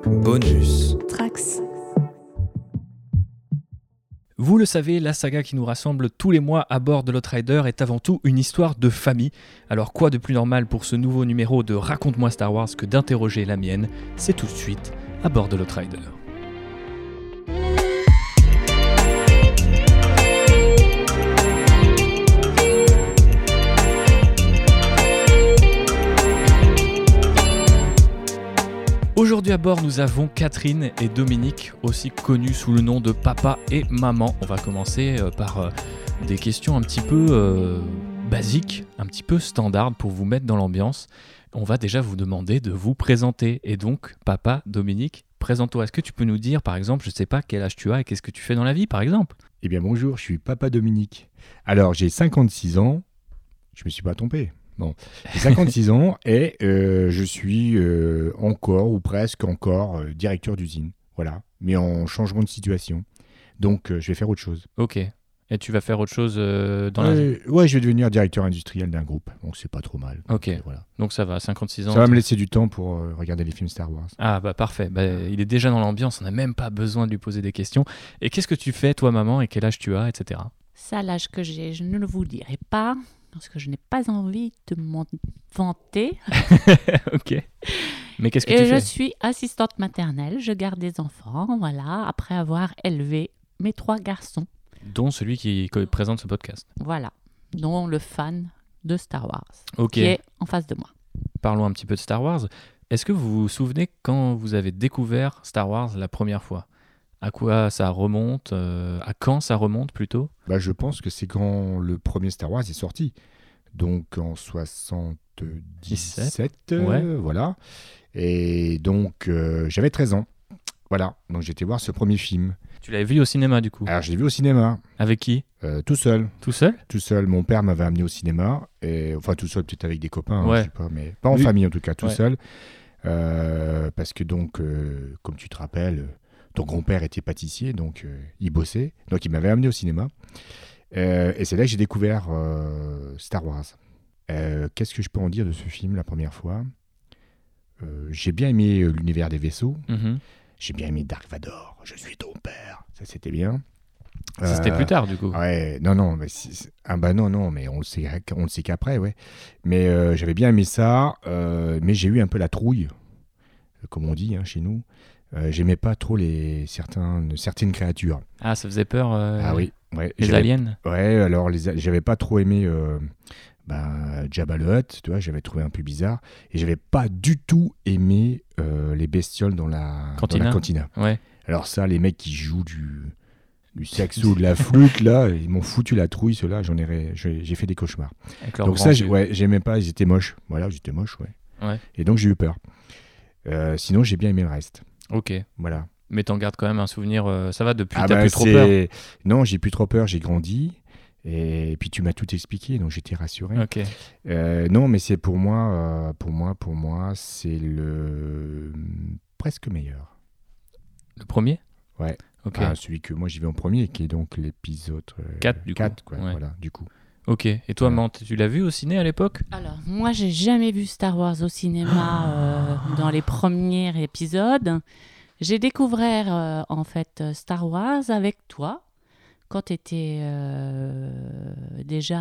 Bonus. Trax. Vous le savez, la saga qui nous rassemble tous les mois à bord de l'Outrider est avant tout une histoire de famille. Alors quoi de plus normal pour ce nouveau numéro de Raconte-moi Star Wars que d'interroger la mienne? C'est tout de suite à bord de l'Outrider. Aujourd'hui à bord, nous avons Catherine et Dominique, aussi connus sous le nom de papa et maman. On va commencer par des questions un petit peu basiques, un petit peu standards pour vous mettre dans l'ambiance. On va déjà vous demander de vous présenter. Et donc, papa, Dominique, présente-toi. Est-ce que tu peux nous dire, par exemple, je ne sais pas quel âge tu as et qu'est-ce que tu fais dans la vie, par exemple? Eh bien bonjour, je suis papa Dominique. Alors j'ai 56 ans, je me suis pas trompé. Bon, j'ai 56 ans et je suis encore ou presque encore directeur d'usine. Voilà, mais en changement de situation. Donc je vais faire autre chose. Ok. Et tu vas faire autre chose dans la vie? Ouais, je vais devenir directeur industriel d'un groupe. Donc c'est pas trop mal. Ok. Voilà. Donc ça va, 56 ans. Ça va me laisser du temps pour regarder les films Star Wars. Ah bah parfait, il est déjà dans l'ambiance, on n'a même pas besoin de lui poser des questions. Et qu'est-ce que tu fais toi maman et quel âge tu as, etc. Ça, l'âge que j'ai, je ne vous dirai pas, parce que je n'ai pas envie de m'en vanter. Ok. Mais qu'est-ce que Et tu je fais? suis assistante maternelle, je garde des enfants, voilà, après avoir élevé mes 3 garçons. Dont celui qui présente ce podcast. Voilà, dont le fan de Star Wars, Ok, qui est en face de moi. parlons un petit peu de Star Wars. Est-ce que vous vous souvenez quand vous avez découvert Star Wars la première fois? À quoi ça remonte? À quand ça remonte plutôt? Bah, je pense que c'est quand le premier Star Wars est sorti. Donc en 77, ouais. voilà. Et donc j'avais 13 ans. Voilà, donc j'étais voir ce premier film. Tu l'avais vu au cinéma du coup? Alors je l'ai vu au cinéma, Avec qui? tout seul. Tout seul? Tout seul, mon père m'avait amené au cinéma. Et, enfin tout seul, peut-être avec des copains, Ouais. je sais pas, mais pas en Oui. famille en tout cas, tout Ouais. seul. Parce que donc, comme tu te rappelles, ton grand-père était pâtissier, donc il bossait. Donc il m'avait amené au cinéma. Et c'est là que j'ai découvert Star Wars. Qu'est-ce que je peux en dire de ce film la première fois? J'ai bien aimé l'univers des vaisseaux. Mhm. J'ai bien aimé Dark Vador. Je suis ton père. Ça, c'était bien. Ça, c'était plus tard du coup. Ouais, non, mais non, mais on le sait qu'après, ouais. Mais j'avais bien aimé ça, mais j'ai eu un peu la trouille, comme on dit chez nous. J'aimais pas trop certaines créatures. Ah, ça faisait peur Ah oui, ouais. les aliens? Ouais, alors j'avais pas trop aimé Jabba le Hutt, tu vois, j'avais trouvé un peu bizarre. Et j'avais pas du tout aimé les bestioles dans la cantina. Ouais. Alors ça, les mecs qui jouent du saxo, de la flûte, là, ils m'ont foutu la trouille, ceux-là, j'ai fait des cauchemars. Avec leurs Donc grands ça, yeux. j'aimais pas, ils étaient moches. Voilà, j'étais moche, ouais. Ouais. Et donc j'ai eu peur. Sinon, j'ai bien aimé le reste. Ok. Voilà. Mais t'en gardes quand même un souvenir, ça va depuis, Ah t'as bah, plus trop peur? Non, j'ai plus trop peur, j'ai grandi. Et puis tu m'as tout expliqué, donc j'étais rassuré. Ok. Non, mais c'est pour moi, c'est le presque meilleur. Le premier? Ouais. Ok. Enfin, celui que moi j'y vais en premier, qui est donc l'épisode 4 du coup. 4, quoi. Ouais. Voilà, du coup. Ok. Et toi, Voilà. Mante, tu l'as vu au ciné à l'époque? Alors, moi, j'ai jamais vu Star Wars au cinéma dans les premiers épisodes. J'ai découvert, en fait, Star Wars avec toi, quand tu étais déjà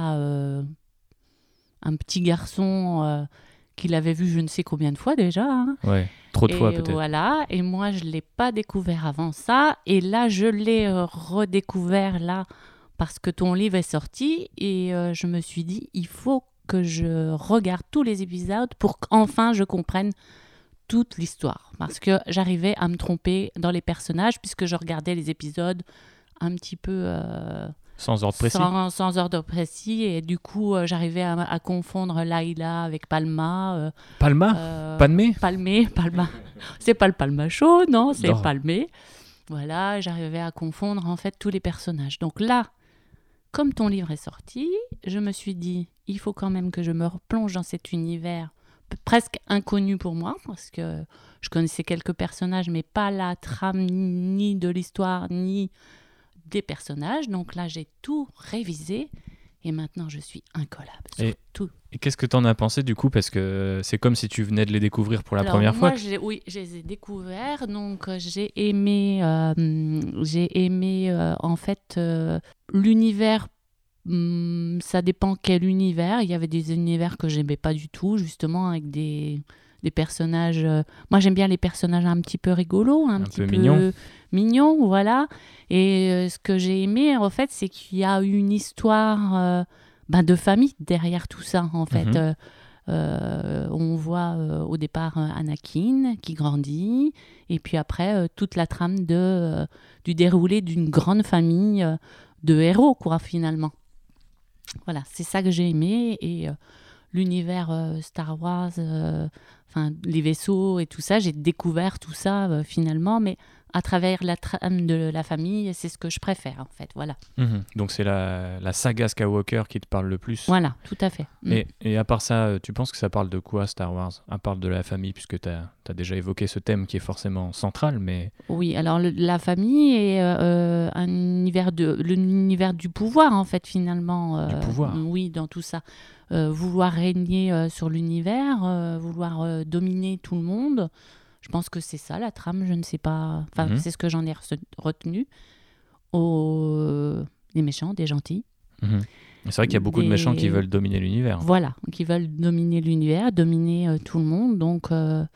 un petit garçon qui l'avait vu je ne sais combien de fois déjà. Hein. Ouais. Trop de fois Et peut-être. voilà, et moi, je ne l'ai pas découvert avant ça. Et là, je l'ai redécouvert là parce que ton livre est sorti. Et je me suis dit, il faut que je regarde tous les épisodes pour qu'enfin je comprenne toute l'histoire. Parce que j'arrivais à me tromper dans les personnages puisque je regardais les épisodes un petit peu Sans ordre précis? sans ordre précis. Et du coup, j'arrivais à confondre Laila avec Palma. Palma? Padmé? Palma. C'est pas le Palma chaud, non, c'est Non. Palmé. Voilà, j'arrivais à confondre en fait tous les personnages. Donc là, comme ton livre est sorti, je me suis dit, il faut quand même que je me replonge dans cet univers presque inconnu pour moi, parce que je connaissais quelques personnages, mais pas la trame ni de l'histoire, ni des personnages. Donc là, j'ai tout révisé Et maintenant, je suis incollable sur Et- tout. Et qu'est-ce que tu en as pensé du coup? Parce que c'est comme si tu venais de les découvrir pour la Alors, première fois. moi, oui, je les ai découverts. Donc, j'ai aimé, en fait, l'univers. Ça dépend quel univers. Il y avait des univers que j'aimais pas du tout, justement, avec des personnages. Moi, j'aime bien les personnages un petit peu rigolos, un petit peu peu mignons. voilà. Et ce que j'ai aimé, en fait, c'est qu'il y a une histoire de famille derrière tout ça, en fait. Mhm. On voit au départ Anakin qui grandit, et puis après toute la trame du déroulé d'une grande famille de héros, quoi, finalement. Voilà, c'est ça que j'ai aimé. Et l'univers Star Wars, les vaisseaux et tout ça, j'ai découvert tout ça finalement, mais à travers la trame de la famille, c'est ce que je préfère, en fait. Voilà, Mhm. Donc c'est la saga Skywalker qui te parle le plus. voilà, tout à fait. Et à part ça, tu penses que ça parle de quoi, Star Wars? À part de la famille, puisque tu as déjà évoqué ce thème qui est forcément central, mais... Oui, alors la famille est l'univers du pouvoir, en fait, finalement. Du pouvoir. Oui, dans tout ça. Vouloir régner sur l'univers, vouloir dominer tout le monde. Je pense que c'est ça, la trame, je ne sais pas. Enfin, Mhm. c'est ce que j'en ai retenu. Les méchants, des gentils. Mhm. C'est vrai qu'il y a beaucoup de méchants qui veulent dominer l'univers. Voilà, qui veulent dominer l'univers, dominer tout le monde. Donc,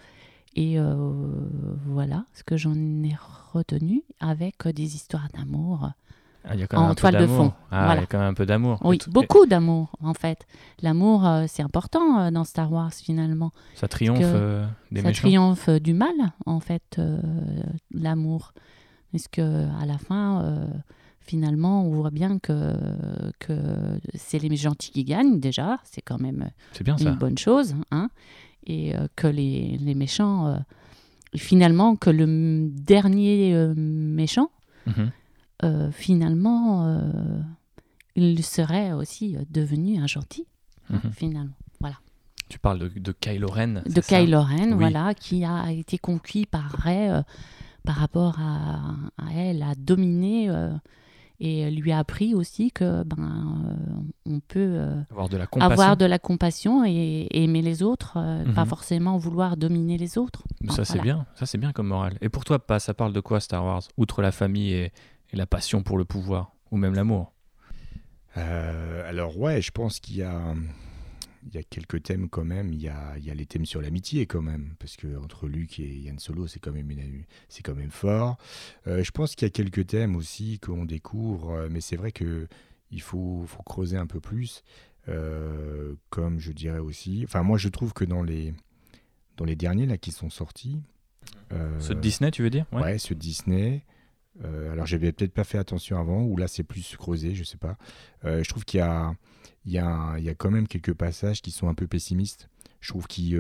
voilà ce que j'en ai retenu, avec des histoires d'amour Ah, il y a quand même en un peu toile de d'amour. fond. Ah, Voilà. il y a quand même un peu d'amour. Oui, Et beaucoup d'amour, en fait. L'amour, c'est important dans Star Wars, finalement. ça triomphe des Ça méchants. triomphe du mal, en fait, l'amour. Parce qu'à la fin, finalement, on voit bien que c'est les gentils qui gagnent, déjà. C'est quand même C'est bien une ça. bonne chose. Hein. Et que les méchants... finalement, que le dernier méchant, Mhm. finalement, il serait aussi devenu un gentil, Mhm. finalement. Voilà. Tu parles de Kylo Ren. De c'est ça? Kylo Ren, Oui. voilà, qui a été conquis par Rey par rapport à elle, a dominé et lui a appris aussi que on peut Avoir de la compassion. avoir de la compassion et aimer les autres, pas Mhm. forcément vouloir dominer les autres. Ça, c'est bien. Ça, c'est bien comme morale. Et pour toi, ça parle de quoi, Star Wars? Outre la famille et la passion pour le pouvoir, ou même l'amour. Alors ouais, je pense qu'il y a quelques thèmes quand même. Il y a les thèmes sur l'amitié quand même, parce que entre Luke et Yann Solo, c'est quand même fort. Je pense qu'il y a quelques thèmes aussi qu'on découvre, mais c'est vrai que il faut creuser un peu plus. Comme je dirais aussi. Enfin, moi, je trouve que dans les derniers là qui sont sortis. Ceux de Disney, tu veux dire? Ouais, ceux de Disney. Alors, j'avais peut-être pas fait attention avant, ou là, c'est plus creusé, je sais pas. Je trouve qu'il y a quand même quelques passages qui sont un peu pessimistes. Je trouve qui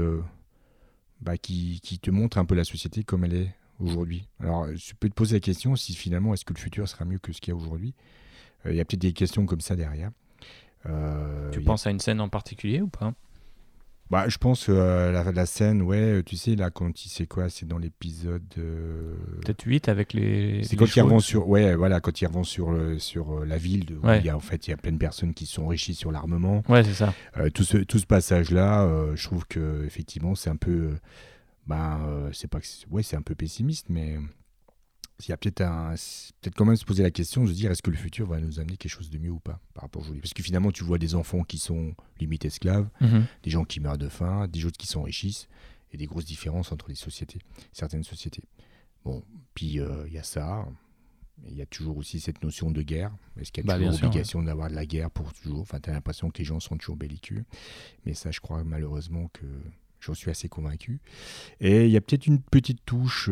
te montrent un peu la société comme elle est aujourd'hui. Alors, je peux te poser la question si finalement, est-ce que le futur sera mieux que ce qu'il y a aujourd'hui? Il y a peut-être des questions comme ça derrière. Tu penses à une scène en particulier ou pas? Je pense la scène, ouais, tu sais, là, c'est dans l'épisode... Peut-être 8 avec les... C'est les quand ils chevaux revont dessus. quand ils revont sur la ville, où Ouais. il y a plein de personnes qui sont enrichies sur l'armement. Ouais, c'est ça. Tout ce passage-là, je trouve que effectivement c'est un peu... c'est pas que c'est un peu pessimiste, mais... Il y a peut-être quand même se poser la question de se dire est-ce que le futur va nous amener quelque chose de mieux ou pas par rapport à aujourd'hui. Parce que finalement, tu vois des enfants qui sont limite esclaves, Mhm. des gens qui meurent de faim, des autres qui s'enrichissent, et des grosses différences entre certaines sociétés. Bon, puis il y a ça. Il y a toujours aussi cette notion de guerre. Est-ce qu'il y a Bien toujours sûr, obligation d'avoir de la guerre pour toujours? Enfin, tu as l'impression que les gens sont toujours belliqueux. Mais ça, je crois malheureusement que j'en suis assez convaincu. Et il y a peut-être une petite touche...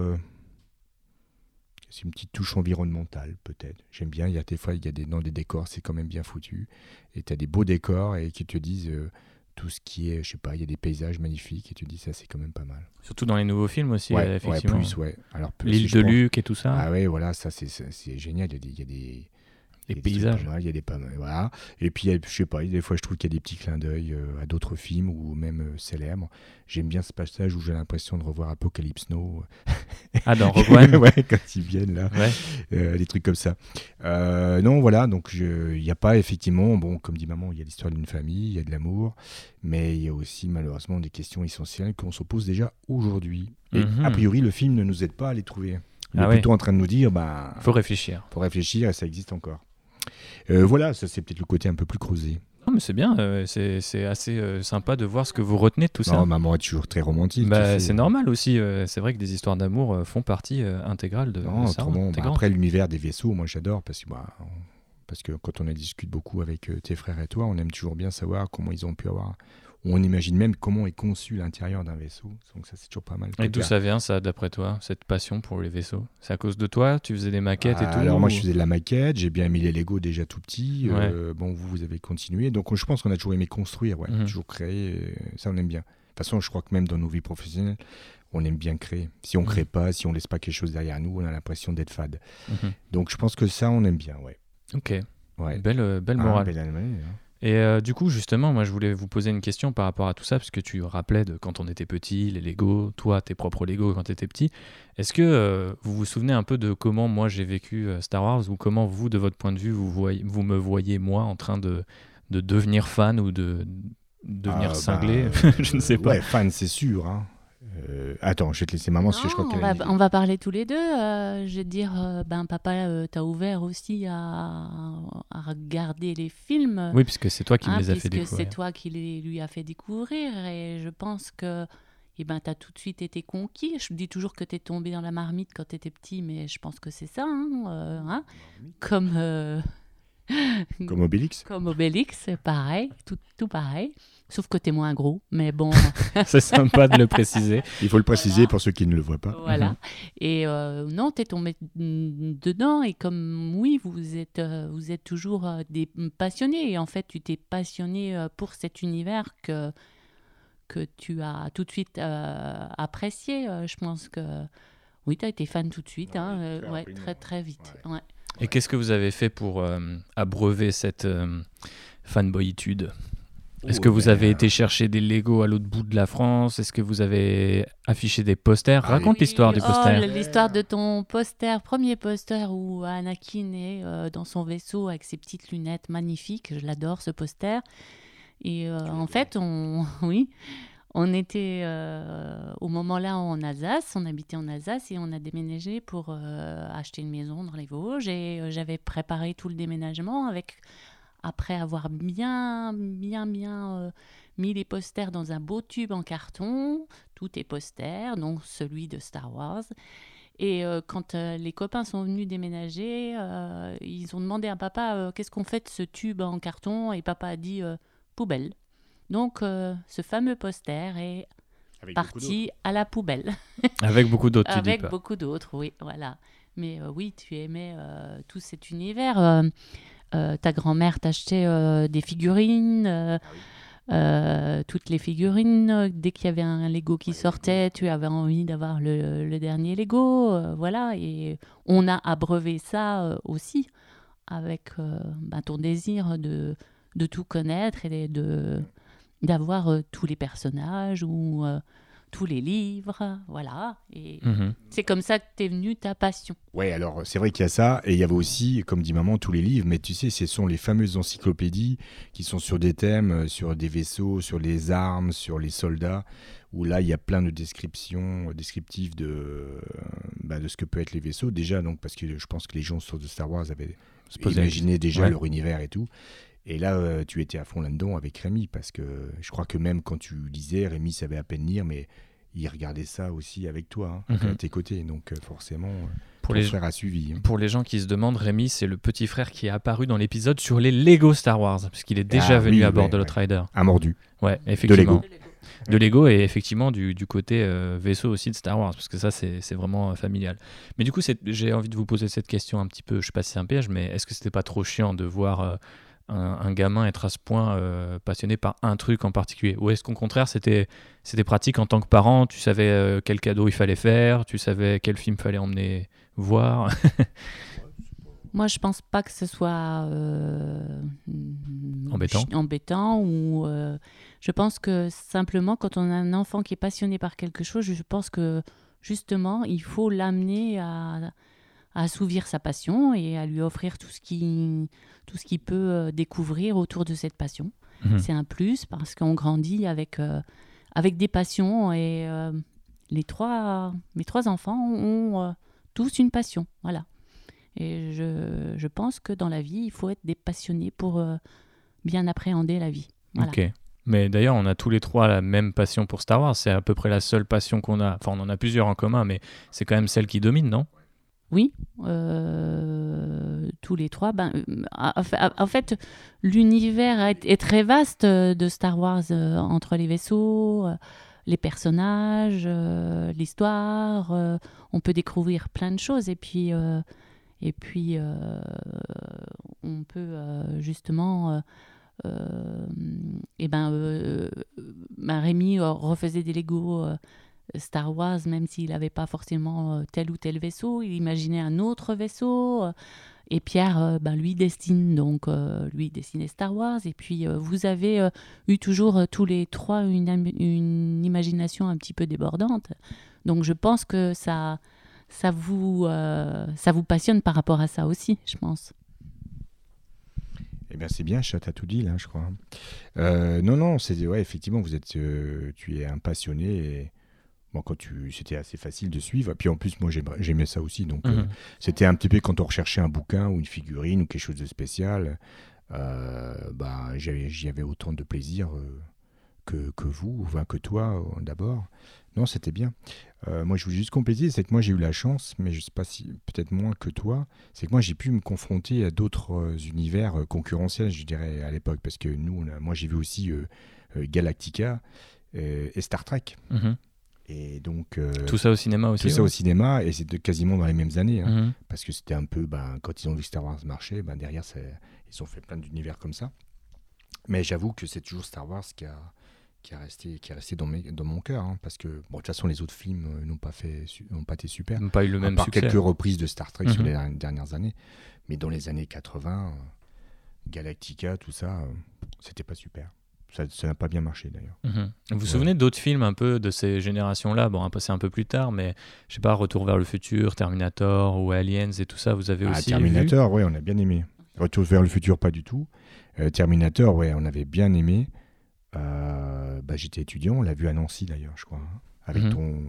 C'est une petite touche environnementale, peut-être. J'aime bien, des fois, dans des décors, c'est quand même bien foutu. Et tu as des beaux décors et qui te disent tout ce qui est, je sais pas, il y a des paysages magnifiques et tu te dis ça, c'est quand même pas mal. Surtout dans les nouveaux films aussi, Ouais, effectivement. plus, ouais. Alors, plus, L'île je de pense- Luke et tout ça. Ah ouais, voilà, ça, c'est génial. Il y a des les trucs paysages. pas mal, il y a des pas mal, voilà. Et puis, je sais pas, des fois, je trouve qu'il y a des petits clins d'œil à d'autres films ou même célèbres. J'aime bien ce passage où j'ai l'impression de revoir Apocalypse Now Ah, dans Rogue One. Ouais, quand ils viennent là, Ouais. des trucs comme ça. Non, voilà, donc il n'y a pas effectivement, bon, comme dit maman, il y a l'histoire d'une famille, il y a de l'amour, mais il y a aussi malheureusement des questions essentielles qu'on se pose déjà aujourd'hui. Et a priori, le film ne nous aide pas à les trouver. Il est plutôt en train de nous dire, faut réfléchir. Faut réfléchir et ça existe encore. Voilà, ça c'est peut-être le côté un peu plus creusé. Non, mais c'est bien, c'est assez sympa de voir ce que vous retenez de tout ça. Non, maman est toujours très romantique. C'est normal aussi, c'est vrai que des histoires d'amour font partie intégrale de ça. Après l'univers des vaisseaux, moi j'adore parce que quand on en discute beaucoup avec tes frères et toi, on aime toujours bien savoir comment ils ont pu avoir... On imagine même comment est conçu l'intérieur d'un vaisseau. Donc ça, c'est toujours pas mal. Et d'où ça vient, ça, d'après toi, cette passion pour les vaisseaux? C'est à cause de toi? Tu faisais des maquettes et tout? Alors moi, je faisais de la maquette. J'ai bien aimé les Lego déjà tout petit. Ouais. Vous avez continué. Donc je pense qu'on a toujours aimé construire, toujours créer. Ça, on aime bien. De toute façon, je crois que même dans nos vies professionnelles, on aime bien créer. Si on crée pas, si on laisse pas quelque chose derrière nous, on a l'impression d'être fade. Donc je pense que ça, on aime bien, ouais. Ok. Ouais. Belle morale. Belle année, hein. Et du coup, justement, moi, je voulais vous poser une question par rapport à tout ça, parce que tu rappelais de quand on était petit, les Lego, toi, tes propres Lego quand tu étais petit. Est-ce que vous vous souvenez un peu de comment moi j'ai vécu Star Wars, ou comment vous, de votre point de vue, vous me voyez, moi, en train de devenir fan ou de devenir cinglé? Je ne sais pas. Ouais, fan, c'est sûr, hein. Attends, je vais te laisser maman parce que je crois qu'elle on va parler tous les deux. Je vais te dire, papa t'a ouvert aussi à regarder les films. Oui, puisque c'est toi qui me les as fait découvrir. Puisque c'est toi qui lui a fait découvrir. Et je pense que t'as tout de suite été conquis. Je dis toujours que t'es tombé dans la marmite quand t'étais petit, mais je pense que c'est ça. Comme Obélix. Comme Obélix, c'est pareil, tout pareil. Sauf que t'es moins gros, mais bon. C'est sympa de le préciser. Il faut le préciser pour ceux qui ne le voient pas. Voilà. Et non, t'es tombé dedans. Et comme, oui, vous êtes toujours des passionnés. Et en fait, tu t'es passionné pour cet univers que tu as tout de suite apprécié. Je pense que, oui, t'as été fan tout de suite. Très, très vite. Ouais. Et qu'est-ce que vous avez fait pour abreuver cette fanboyitude? Est-ce que vous avez été chercher des Lego à l'autre bout de la France? Est-ce que vous avez affiché des posters? Raconte l'histoire du poster. L'histoire de ton poster, premier poster où Anakin est dans son vaisseau avec ses petites lunettes magnifiques. Je l'adore, ce poster. Et en fait, on était au moment-là en Alsace, on habitait en Alsace et on a déménagé pour acheter une maison dans les Vosges. Et j'avais préparé tout le déménagement après avoir bien mis les posters dans un beau tube en carton, tous tes posters, donc celui de Star Wars. Et quand les copains sont venus déménager, ils ont demandé à papa qu'est-ce qu'on fait de ce tube en carton, et papa a dit poubelle. Donc ce fameux poster est parti à la poubelle. Avec beaucoup d'autres, tu dis pas. Avec beaucoup d'autres, oui, voilà. Mais oui, tu aimais tout cet univers. Ta grand-mère t'achetait des figurines, toutes les figurines. Dès qu'il y avait un Lego qui sortait, tu avais envie d'avoir le dernier Lego. Voilà, et on a abreuvé ça aussi avec ton désir de tout connaître et d'avoir tous les personnages ou tous les livres, voilà. Et c'est comme ça que t'es venu ta passion. Ouais, alors c'est vrai qu'il y a ça, et il y avait aussi, comme dit maman, tous les livres, mais tu sais, ce sont les fameuses encyclopédies qui sont sur des thèmes, sur des vaisseaux, sur les armes, sur les soldats, où là, il y a plein de descriptifs de ce que peut être les vaisseaux, déjà, donc, parce que je pense que les gens sur Star Wars avaient imaginé déjà leur univers et tout. Et là, tu étais à fond là-dedans avec Rémi, parce que je crois que même quand tu lisais, Rémi savait à peine lire, mais il regardait ça aussi avec toi, à tes côtés. Donc forcément, ton frère a suivi. Pour les gens qui se demandent, Rémi, c'est le petit frère qui est apparu dans l'épisode sur les Lego Star Wars, parce qu'il est déjà venu à bord de l'Outrider. Un mordu. Ouais, effectivement. De Lego et effectivement du côté vaisseau aussi de Star Wars, parce que ça c'est vraiment familial. Mais du coup, j'ai envie de vous poser cette question un petit peu, je sais pas si c'est un piège, mais est-ce que c'était pas trop chiant de voir un gamin être à ce point passionné par un truc en particulier? Ou est-ce qu'au contraire c'était pratique en tant que parent, tu savais quel cadeau il fallait faire, tu savais quel film fallait emmener voir? Moi, je pense pas que ce soit embêtant ou je pense que simplement quand on a un enfant qui est passionné par quelque chose, je pense que justement, il faut l'amener à assouvir sa passion et à lui offrir tout ce qu'il peut découvrir autour de cette passion. C'est un plus parce qu'on grandit avec des passions et mes trois enfants ont tous une passion. Voilà. Et je pense que dans la vie, il faut être des passionnés pour bien appréhender la vie. Voilà. Ok. Mais d'ailleurs, on a tous les trois la même passion pour Star Wars. C'est à peu près la seule passion qu'on a. Enfin, on en a plusieurs en commun, mais c'est quand même celle qui domine, non ? Oui, tous les trois. En fait, l'univers est très vaste de Star Wars, entre les vaisseaux, les personnages, l'histoire. On peut découvrir plein de choses. Et puis on peut justement... Rémi refaisait des Lego Star Wars, même s'il n'avait pas forcément tel ou tel vaisseau, il imaginait un autre vaisseau. Et Pierre, lui dessine, donc lui dessinait Star Wars. Et puis vous avez eu toujours tous les trois une imagination un petit peu débordante. Donc je pense que ça vous passionne par rapport à ça aussi, je pense. Eh bien, c'est bien, Chat a tout dit, là, je crois. Non, effectivement, tu es un passionné. Et... Bon, c'était assez facile de suivre. Et puis en plus, moi, j'aimais ça aussi. Donc, c'était un petit peu quand on recherchait un bouquin ou une figurine ou quelque chose de spécial. J'y avais autant de plaisir que vous, enfin, que toi, d'abord. Non, c'était bien. Moi, je voulais juste compléter, c'est que moi, j'ai eu la chance, mais je ne sais pas si peut-être moins que toi, c'est que moi, j'ai pu me confronter à d'autres univers concurrentiels, je dirais, à l'époque. Parce que moi, j'ai vu aussi Galactica et Star Trek. Et donc, tout ça au cinéma aussi. Tout ça au cinéma, et c'est quasiment dans les mêmes années. Parce que c'était un peu, quand ils ont vu Star Wars marcher, derrière, ils ont fait plein d'univers comme ça. Mais j'avoue que c'est toujours Star Wars qui est resté dans mon cœur. Parce que, de toute façon, les autres films n'ont pas été super. N'ont pas eu le même succès. Quelques reprises de Star Trek sur les dernières années. Mais dans les années 80, Galactica, tout ça, c'était pas super. Ça n'a pas bien marché d'ailleurs. Vous vous souvenez d'autres films un peu de ces générations-là ? Bon, c'est un peu plus tard, mais je sais pas, Retour vers le futur, Terminator ou Aliens et tout ça, vous avez aussi Terminator, oui, on a bien aimé. Retour vers le futur, pas du tout. Terminator, ouais, on avait bien aimé. J'étais étudiant, on l'a vu à Nancy d'ailleurs, je crois, avec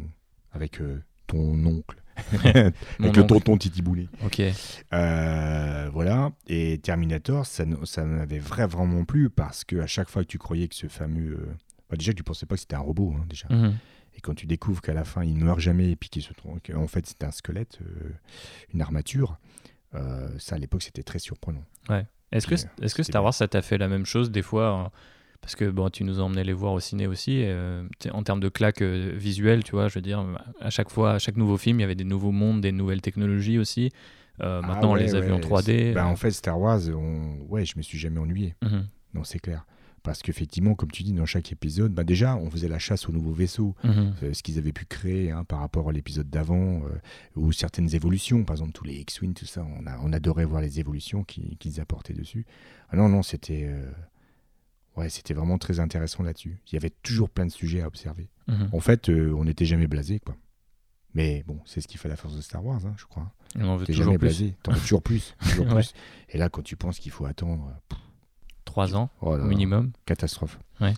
ton oncle. Avec le tonton Titi Boulet. Ok. Voilà. Et Terminator, ça m'avait vraiment plu parce que à chaque fois que tu croyais que ce fameux, déjà tu pensais pas que c'était un robot, déjà. Et quand tu découvres qu'à la fin il ne meurt jamais et puis qu'en fait c'est un squelette, une armature, ça à l'époque c'était très surprenant. Ouais. Est-ce que Star Wars ça t'a fait la même chose des fois? Parce que tu nous emmenais les voir au ciné aussi, en termes de claques visuelles, tu vois, je veux dire, à chaque nouveau film, il y avait des nouveaux mondes, des nouvelles technologies aussi. Maintenant, on les a vus en 3D. En fait, Star Wars, je me suis jamais ennuyé. Non, c'est clair. Parce qu'effectivement, comme tu dis, dans chaque épisode, déjà, on faisait la chasse aux nouveaux vaisseaux, ce qu'ils avaient pu créer par rapport à l'épisode d'avant, ou certaines évolutions, par exemple tous les X-Wing, tout ça, on adorait voir les évolutions qu'ils apportaient dessus. Non, c'était... c'était vraiment très intéressant là-dessus. Il y avait toujours plein de sujets à observer. En fait, on n'était jamais blasé, quoi. Mais bon, c'est ce qui fait la force de Star Wars, je crois. On en veut T'es toujours jamais plus. blasé. T'en veux toujours plus. Toujours plus. Et là, quand tu penses qu'il faut attendre... 3 ans au minimum. Catastrophe. Ouais.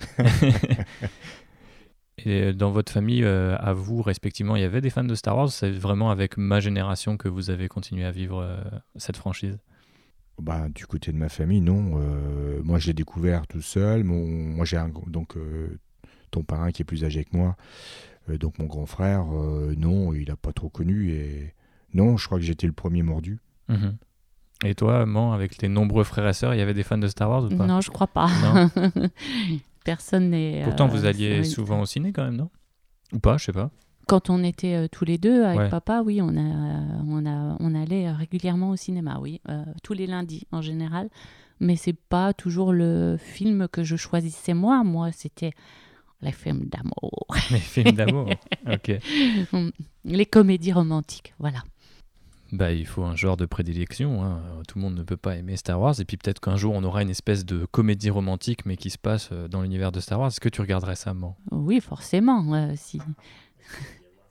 Et dans votre famille, à vous, respectivement, il y avait des fans de Star Wars? C'est vraiment avec ma génération que vous avez continué à vivre cette franchise? Du côté de ma famille, non. Moi, je l'ai découvert tout seul. Moi, j'ai ton parrain qui est plus âgé que moi. Donc, mon grand frère, non, il n'a pas trop connu. Et non, je crois que j'étais le premier mordu. Et toi, avec tes nombreux frères et sœurs, il y avait des fans de Star Wars ou pas? Non, je crois pas. Non. Personne n'est... Pourtant, vous alliez souvent au ciné quand même, non? Ou pas, je sais pas. Quand on était tous les deux avec papa, oui, on allait régulièrement au cinéma, oui, tous les lundis en général. Mais c'est pas toujours le film que je choisissais moi. Moi, c'était les films d'amour. Les films d'amour, ok. Les comédies romantiques, voilà. Il faut un genre de prédilection. Tout le monde ne peut pas aimer Star Wars. Et puis peut-être qu'un jour, on aura une espèce de comédie romantique, mais qui se passe dans l'univers de Star Wars. Est-ce que tu regarderais ça, maman? Oui, forcément. Si...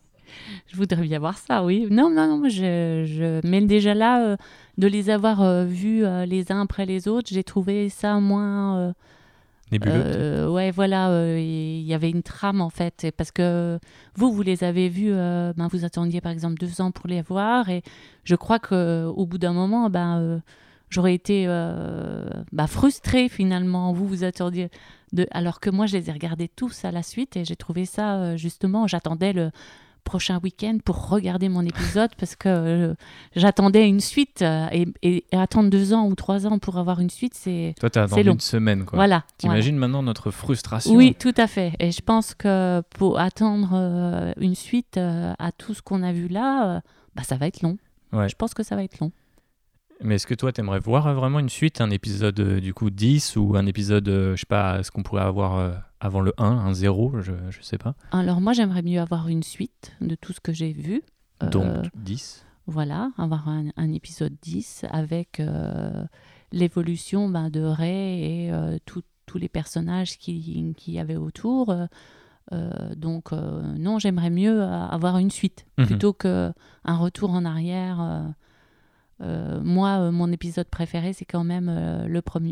Je voudrais bien voir ça, oui. Non, non, non, mais déjà là, de les avoir vus les uns après les autres, j'ai trouvé ça moins... Nébuleux. ouais, voilà, il y avait une trame en fait, et parce que vous les avez vus, vous attendiez par exemple 2 ans pour les voir, et je crois qu'au bout d'un moment, j'aurais été frustrée finalement. Vous attendiez, alors que moi je les ai regardés tous à la suite, et j'ai trouvé ça justement, j'attendais le prochain week-end pour regarder mon épisode parce que j'attendais une suite, et attendre 2 ans ou 3 ans pour avoir une suite, Toi, t'as attendu long. une semaine, quoi. Voilà. T'imagines maintenant notre frustration? Oui, tout à fait. Et je pense que pour attendre une suite à tout ce qu'on a vu là, ça va être long. Ouais. Je pense que ça va être long. Mais est-ce que toi, t'aimerais voir vraiment une suite, un épisode du coup 10 ou un épisode, je sais pas, ce qu'on pourrait avoir avant le 1, un 0, je sais pas. Alors moi, j'aimerais mieux avoir une suite de tout ce que j'ai vu. Donc 10. Voilà, avoir un épisode 10 avec l'évolution de Ray et tous les personnages qu'il y avait autour. Donc non, j'aimerais mieux avoir une suite plutôt qu'un retour en arrière. Moi, mon épisode préféré, c'est quand même le premier,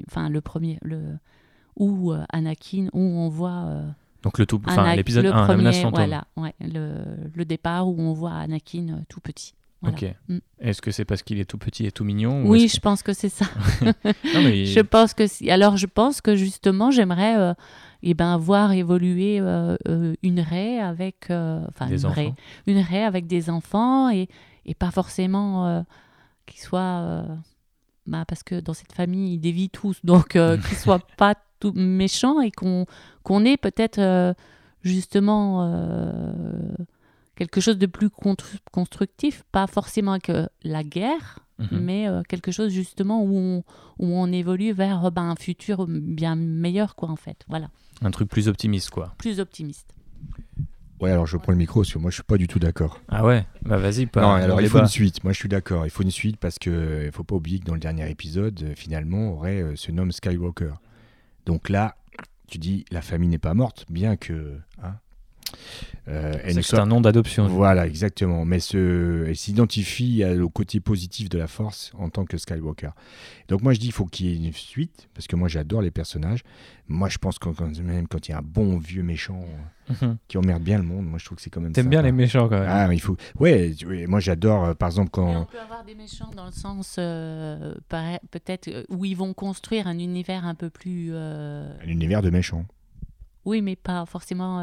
où Anakin, où on voit... Donc l'épisode 1, la menace fantôme. Voilà, ouais, le départ où on voit Anakin tout petit. Voilà. Ok. Est-ce que c'est parce qu'il est tout petit et tout mignon? Oui, je pense que c'est ça. Non, mais... Je pense que alors je pense que justement j'aimerais voir évoluer une Rey avec une Rey avec des enfants, et pas forcément qu'ils soient parce que dans cette famille ils dévient tous, donc qu'ils soient pas tout méchants, et qu'on ait peut-être justement quelque chose de plus constructif, pas forcément avec la guerre, mais quelque chose justement où on évolue vers un futur bien meilleur, quoi, en fait. Voilà. Un truc plus optimiste, quoi. Plus optimiste. Ouais, alors je prends le micro parce que moi je suis pas du tout d'accord. Ah ouais, vas-y. Non, alors il faut une suite. Moi je suis d'accord, il faut une suite parce que il faut pas oublier que dans le dernier épisode, finalement, Rey se nomme Skywalker. Donc là, tu dis la famille n'est pas morte, bien que. C'est un nom d'adoption. Voilà, exactement. Mais elle s'identifie au côté positif de la Force en tant que Skywalker. Donc moi je dis il faut qu'il y ait une suite, parce que moi j'adore les personnages. Moi je pense que même quand il y a un bon vieux méchant qui emmerde bien le monde, moi je trouve que c'est quand même T'aimes sympa. bien les méchants quand même. Ah, il faut. Ouais, moi j'adore par exemple quand. Mais on peut avoir des méchants dans le sens peut-être où ils vont construire un univers un peu plus. Un univers de méchants. Oui, mais pas forcément...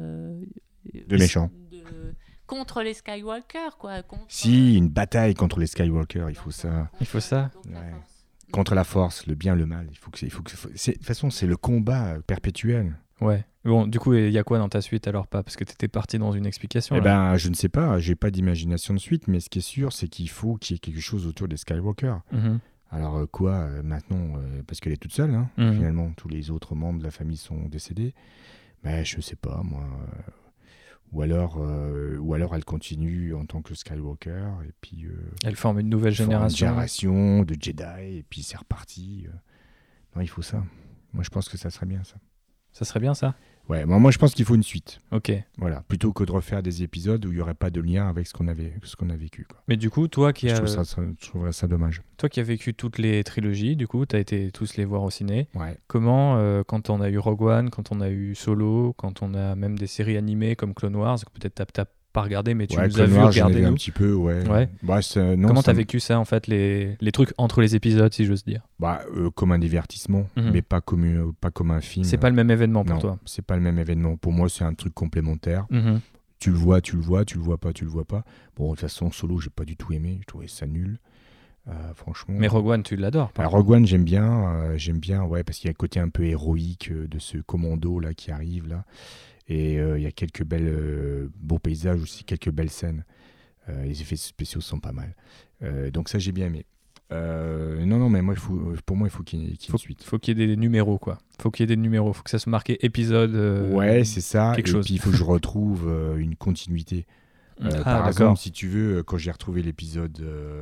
de méchants. Contre les Skywalker, quoi. Si, une bataille contre les Skywalker, il faut ça. Il faut ça. Ouais. Contre la Force, le bien, le mal. De toute façon, c'est le combat perpétuel. Ouais. Bon, du coup, il y a quoi dans ta suite alors, pas? Parce que tu étais parti dans une explication. Je ne sais pas. J'ai pas d'imagination de suite, mais ce qui est sûr, c'est qu'il faut qu'il y ait quelque chose autour des Skywalker. Alors maintenant, parce qu'elle est toute seule, finalement, tous les autres membres de la famille sont décédés. Mais je sais pas, moi. Ou alors elle continue en tant que Skywalker, et puis... elle forme une nouvelle génération. Une génération de Jedi, et puis c'est reparti. Non, il faut ça. Moi, je pense que ça serait bien, ça. Ça serait bien, ça? Ouais, moi je pense qu'il faut une suite. Ok. Voilà, plutôt que de refaire des épisodes où il n'y aurait pas de lien avec ce qu'on a vécu. Quoi. Mais du coup, toi qui je trouverais ça dommage. Toi qui as vécu toutes les trilogies, du coup, tu as été tous les voir au ciné. Ouais. Comment, quand on a eu Rogue One, quand on a eu Solo, quand on a même des séries animées comme Clone Wars, que peut-être t'as pas regardé, mais tu nous as vu regarder un petit peu, ouais. Comment t'as vécu ça, en fait, les trucs entre les épisodes, si j'ose dire? Comme un divertissement, mais pas comme un film. C'est pas le même événement pour toi? C'est pas le même événement. Pour moi, c'est un truc complémentaire. Tu le vois, tu le vois pas. Bon, de toute façon, Solo, j'ai pas du tout aimé. Je trouvais ça nul. Franchement. Mais Rogue One, tu l'adores? Rogue One, j'aime bien, ouais, parce qu'il y a un côté un peu héroïque de ce commando là qui arrive là. Et il y a quelques beaux paysages aussi, quelques belles scènes. Les effets spéciaux sont pas mal. Donc ça, j'ai bien aimé. Non, mais pour moi, il faut qu'il y ait une suite. Faut qu'il y ait des numéros, quoi. Faut qu'il y ait des numéros. Faut que ça soit marqué épisode. Ouais, c'est ça. Quelque chose. Puis il faut que je retrouve une continuité. Par exemple, si tu veux, quand j'ai retrouvé l'épisode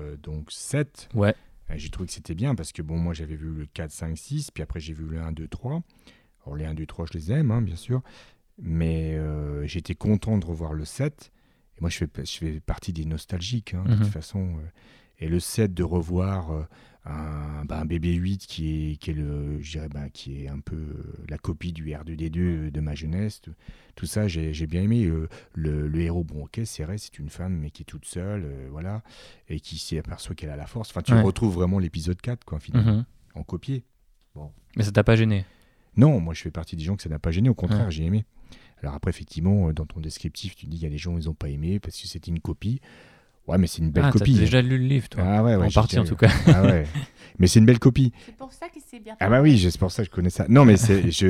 7, ouais. J'ai trouvé que c'était bien parce que moi j'avais vu le 4, 5, 6, puis après j'ai vu le 1, 2, 3. Alors les 1, 2, 3, je les aime, bien sûr. Mais j'étais content de revoir le 7. Et moi, je fais partie des nostalgiques, hein, de toute façon. Et le set de revoir un BB-8 qui est je dirais, qui est un peu la copie du R2D2 de ma jeunesse, tout ça, j'ai bien aimé. Le héros, bon, ok, c'est vrai, c'est une femme, mais qui est toute seule, voilà, et qui s'aperçoit qu'elle a la force. Enfin, tu retrouves vraiment l'épisode 4, quoi, finalement, en copié. Bon. Mais ça t'a pas gêné? Non, moi, je fais partie des gens que ça n'a pas gêné. Au contraire, j'ai aimé. Alors après, effectivement, dans ton descriptif, tu dis il y a des gens ils n'ont pas aimé parce que c'était une copie. Ouais, mais c'est une belle copie. T'as déjà lu le livre, toi? Ah ouais, en partie, en tout cas. Ah ouais. Mais c'est une belle copie. C'est pour ça que c'est bien. Ah bah oui, c'est pour ça que je connais ça. Non, mais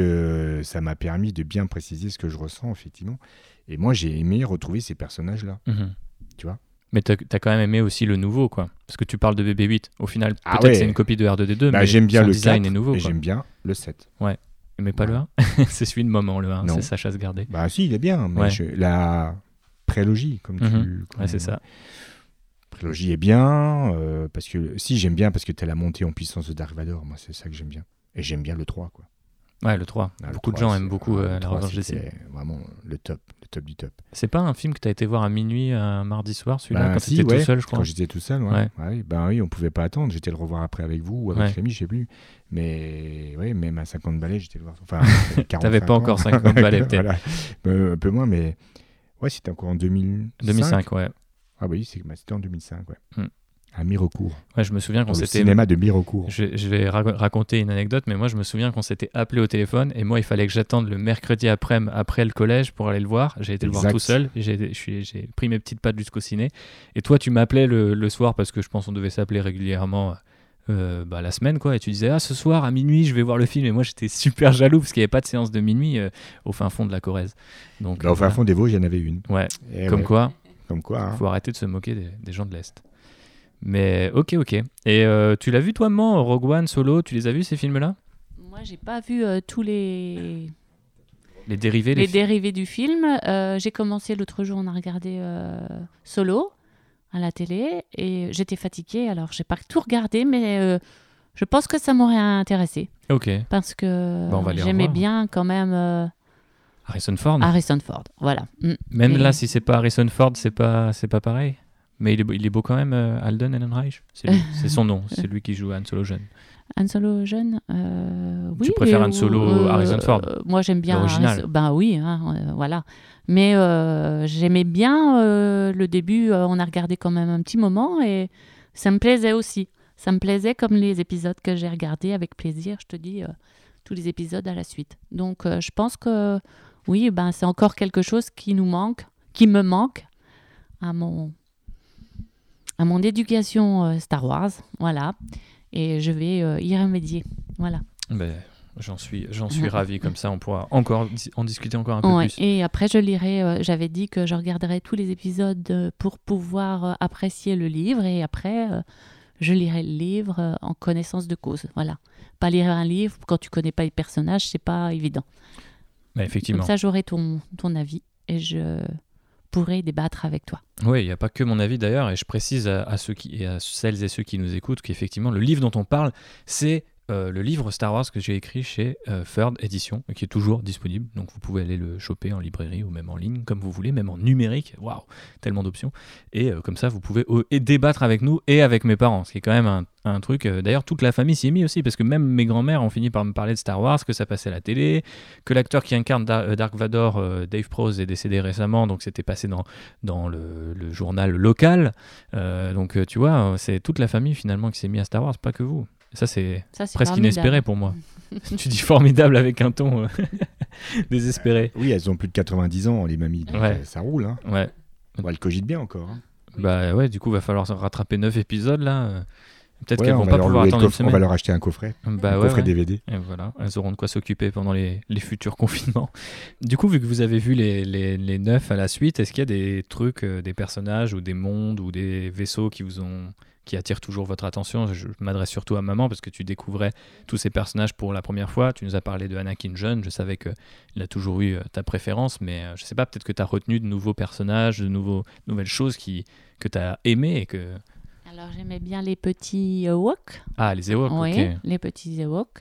ça m'a permis de bien préciser ce que je ressens, effectivement. Et moi, j'ai aimé retrouver ces personnages-là. Tu vois? Mais t'as quand même aimé aussi le nouveau, quoi. Parce que tu parles de BB-8. Au final, peut-être c'est une copie de R2D2, mais j'aime bien son le design 4, est nouveau. Et quoi. J'aime bien le 7. Ouais. Mais pas le 1. C'est celui de moment, le 1. C'est sa chasse gardée. Bah si, il est bien. Mais la prélogie, comme tu... Ouais, c'est ça. La prélogie est bien. Parce que j'aime bien parce que tu as la montée en puissance de Dark Vador. Moi, c'est ça que j'aime bien. Et j'aime bien le 3, quoi. Ouais, le 3. Beaucoup de gens aiment beaucoup La Revanche des Sith. C'est vraiment le top du top. C'est pas un film que tu as été voir à minuit, un mardi soir, celui-là, quand tu étais tout seul, je crois? Quand j'étais tout seul, ouais. Oui, on pouvait pas attendre. J'étais le revoir après avec vous ou avec Rémi, je sais plus. Mais oui, même à 50 balais, j'étais le voir. Enfin, 45 T'avais pas encore 50 balais, peut-être. Voilà. Un peu moins, mais ouais, c'était encore en 2005. 2005, ouais. Ah oui, c'était en 2005, ouais. À Mirecourt. Ouais, je me souviens qu'on s'était... cinéma de Mirecourt. Je vais raconter une anecdote, mais moi je me souviens qu'on s'était appelé au téléphone et moi il fallait que j'attende le mercredi après le collège pour aller le voir. J'ai été le voir tout seul, j'ai pris mes petites pattes jusqu'au ciné. Et toi tu m'appelais le soir parce que je pense qu'on devait s'appeler régulièrement la semaine, quoi. Et tu disais ce soir à minuit je vais voir le film. Et moi j'étais super jaloux parce qu'il n'y avait pas de séance de minuit au fin fond de la Corrèze. Donc, au fin fond des Vosges il y en avait une. Ouais, comme quoi. Faut arrêter de se moquer des gens de l'Est. Mais ok. Et tu l'as vu toi, maman, Rogue One, Solo, tu les as vus ces films-là? Moi, j'ai pas vu tous les dérivés, dérivés du film. J'ai commencé l'autre jour, on a regardé Solo à la télé et j'étais fatiguée, alors j'ai pas tout regardé, mais je pense que ça m'aurait intéressé. Ok. Parce que j'aimais revoir. Bien quand même. Harrison Ford, voilà. Même là, si c'est pas Harrison Ford, c'est pas pareil. Mais il est beau quand même, Alden Ehrenreich. C'est son nom, c'est lui qui joue Han Solo jeune. Han Solo jeune, oui. Tu préfères Han Solo Harrison Ford? Moi, j'aime bien l'original. Oui, voilà. Mais j'aimais bien le début. On a regardé quand même un petit moment et ça me plaisait aussi. Ça me plaisait comme les épisodes que j'ai regardés avec plaisir. Je te dis, tous les épisodes à la suite. Donc, je pense que oui, c'est encore quelque chose qui me manque à mon éducation Star Wars, voilà, et je vais y remédier, voilà. J'en suis ravi, comme ça on pourra encore en discuter encore un peu plus. Et après je lirai, j'avais dit que je regarderais tous les épisodes pour pouvoir apprécier le livre, et après je lirai le livre en connaissance de cause, voilà. Pas lire un livre quand tu connais pas les personnages, c'est pas évident. Effectivement. Comme ça j'aurai ton avis et je pourrais débattre avec toi. Oui, il n'y a pas que mon avis d'ailleurs, et je précise à celles et ceux qui nous écoutent qu'effectivement le livre dont on parle, c'est le livre Star Wars que j'ai écrit chez Third Edition, qui est toujours disponible, donc vous pouvez aller le choper en librairie ou même en ligne, comme vous voulez, même en numérique, waouh, tellement d'options, et comme ça vous pouvez débattre avec nous et avec mes parents, ce qui est quand même un truc, d'ailleurs toute la famille s'y est mis aussi, parce que même mes grands-mères ont fini par me parler de Star Wars, que ça passait à la télé, que l'acteur qui incarne Dark Vador, Dave Prose, est décédé récemment, donc c'était passé dans le journal local, donc tu vois, c'est toute la famille finalement qui s'est mis à Star Wars, pas que vous. Ça, c'est presque formidable. Inespéré pour moi. Tu dis formidable avec un ton désespéré. Oui, elles ont plus de 90 ans, les mamies. Donc ça roule. Hein. Ouais. Bon, elles cogitent bien encore. Hein. Bah ouais, du coup, va falloir rattraper 9 épisodes là. Peut-être qu'elles vont pas pouvoir attendre une semaine. On va leur acheter un coffret. Coffret DVD. Et voilà, elles auront de quoi s'occuper pendant les futurs confinements. Du coup, vu que vous avez vu les 9 à la suite, est-ce qu'il y a des trucs, des personnages ou des mondes ou des vaisseaux qui attirent toujours votre attention? Je m'adresse surtout à maman parce que tu découvrais tous ces personnages pour la première fois. Tu nous as parlé de Anakin jeune. Je savais qu'il a toujours eu ta préférence, mais je sais pas, peut-être que tu as retenu de nouveaux personnages, de nouvelles choses que tu as aimées et que... Alors j'aimais bien les petits Ewoks. Ah, les Ewoks, oui, ok. Les petits Ewoks.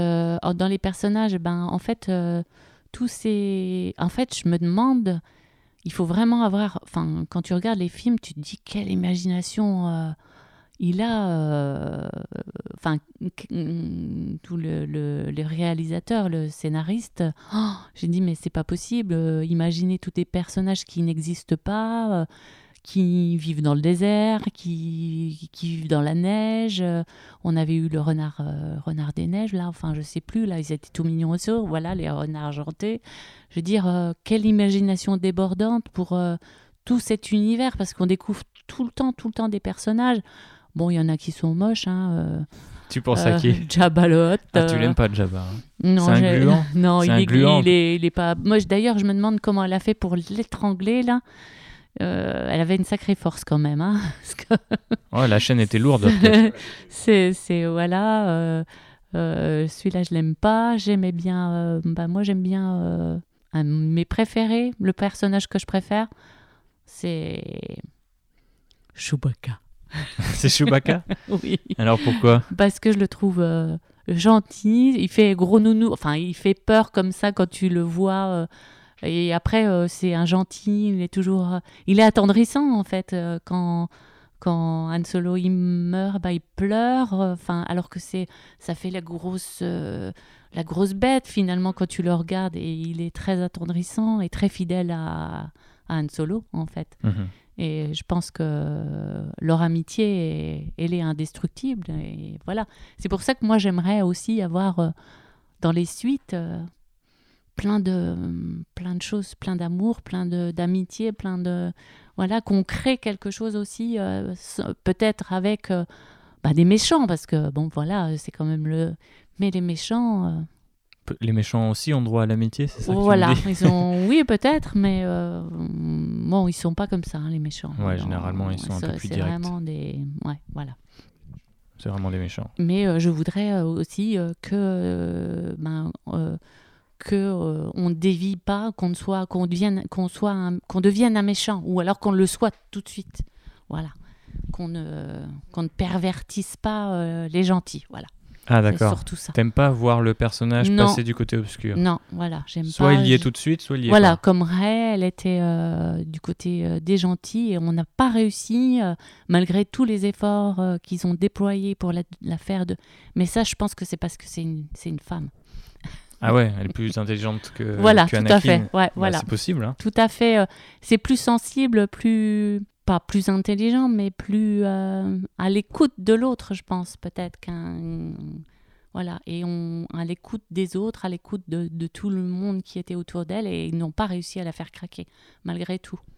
Dans les personnages, en fait, tous ces... En fait, je me demande il faut vraiment avoir... Enfin, quand tu regardes les films, tu te dis quelle imagination il a. Enfin, tous les réalisateurs, le scénariste. J'ai dit, mais c'est pas possible. Imaginer tous des personnages qui n'existent pas, qui vivent dans le désert, qui vivent dans la neige. On avait eu le renard des neiges, là. Enfin, je sais plus. Là, ils étaient tout mignons aussi. Voilà, les renards argentés. Je veux dire, quelle imagination débordante pour tout cet univers, parce qu'on découvre tout le temps des personnages. Bon, il y en a qui sont moches. Tu penses à qui? Jabba le Hutt. Ah, tu l'aimes pas, Jabba, hein. Non, c'est un gluant. Non, c'est il est pas... Moi, d'ailleurs, je me demande comment elle a fait pour l'étrangler, là. Elle avait une sacrée force, quand même. Hein, parce que... La chaîne était lourde. Voilà... celui-là, je l'aime pas. J'aimais bien... moi, j'aime bien... mes préférés, le personnage que je préfère, c'est... Chewbacca. C'est Chewbacca? Oui. Alors pourquoi? Parce que je le trouve gentil, il fait gros nounou, enfin il fait peur comme ça quand tu le vois, et après c'est un gentil, il est attendrissant en fait, quand Han Solo il meurt, il pleure, alors que ça fait la grosse bête finalement quand tu le regardes, et il est très attendrissant et très fidèle à Han Solo en fait. Mm-hmm. Et je pense que leur amitié, elle est indestructible. Et voilà. C'est pour ça que moi, j'aimerais aussi avoir dans les suites plein de choses, plein d'amour, plein d'amitié, voilà, qu'on crée quelque chose aussi, peut-être avec des méchants, parce que, bon, voilà, c'est quand même Mais les méchants... Les méchants aussi ont droit à l'amitié, c'est ça que voilà, tu me dis? oui peut-être, mais bon, ils sont pas comme ça, hein, les méchants. Ouais, généralement ils sont un peu plus directs. C'est vraiment des, voilà. C'est vraiment des méchants. Mais je voudrais aussi que on dévie pas, qu'on devienne un méchant, ou alors qu'on le soit tout de suite. Voilà, qu'on ne pervertisse pas les gentils. Voilà. Ah d'accord. C'est surtout ça. T'aimes pas voir le personnage passer du côté obscur? Non, voilà, j'aime pas. Soit il y est tout de suite, soit il y est voilà, pas. comme Rey, elle était du côté des gentils, et on n'a pas réussi, malgré tous les efforts qu'ils ont déployés pour la faire de... Mais ça, je pense que c'est parce que c'est une femme. Ah ouais, elle est plus intelligente que voilà, que tout Anakin. à fait. Ouais, voilà. C'est possible. Hein. Tout à fait. C'est plus sensible, pas plus intelligent, mais plus à l'écoute de l'autre, je pense, peut-être voilà, et à l'écoute des autres, à l'écoute de tout le monde qui était autour d'elle, et ils n'ont pas réussi à la faire craquer, malgré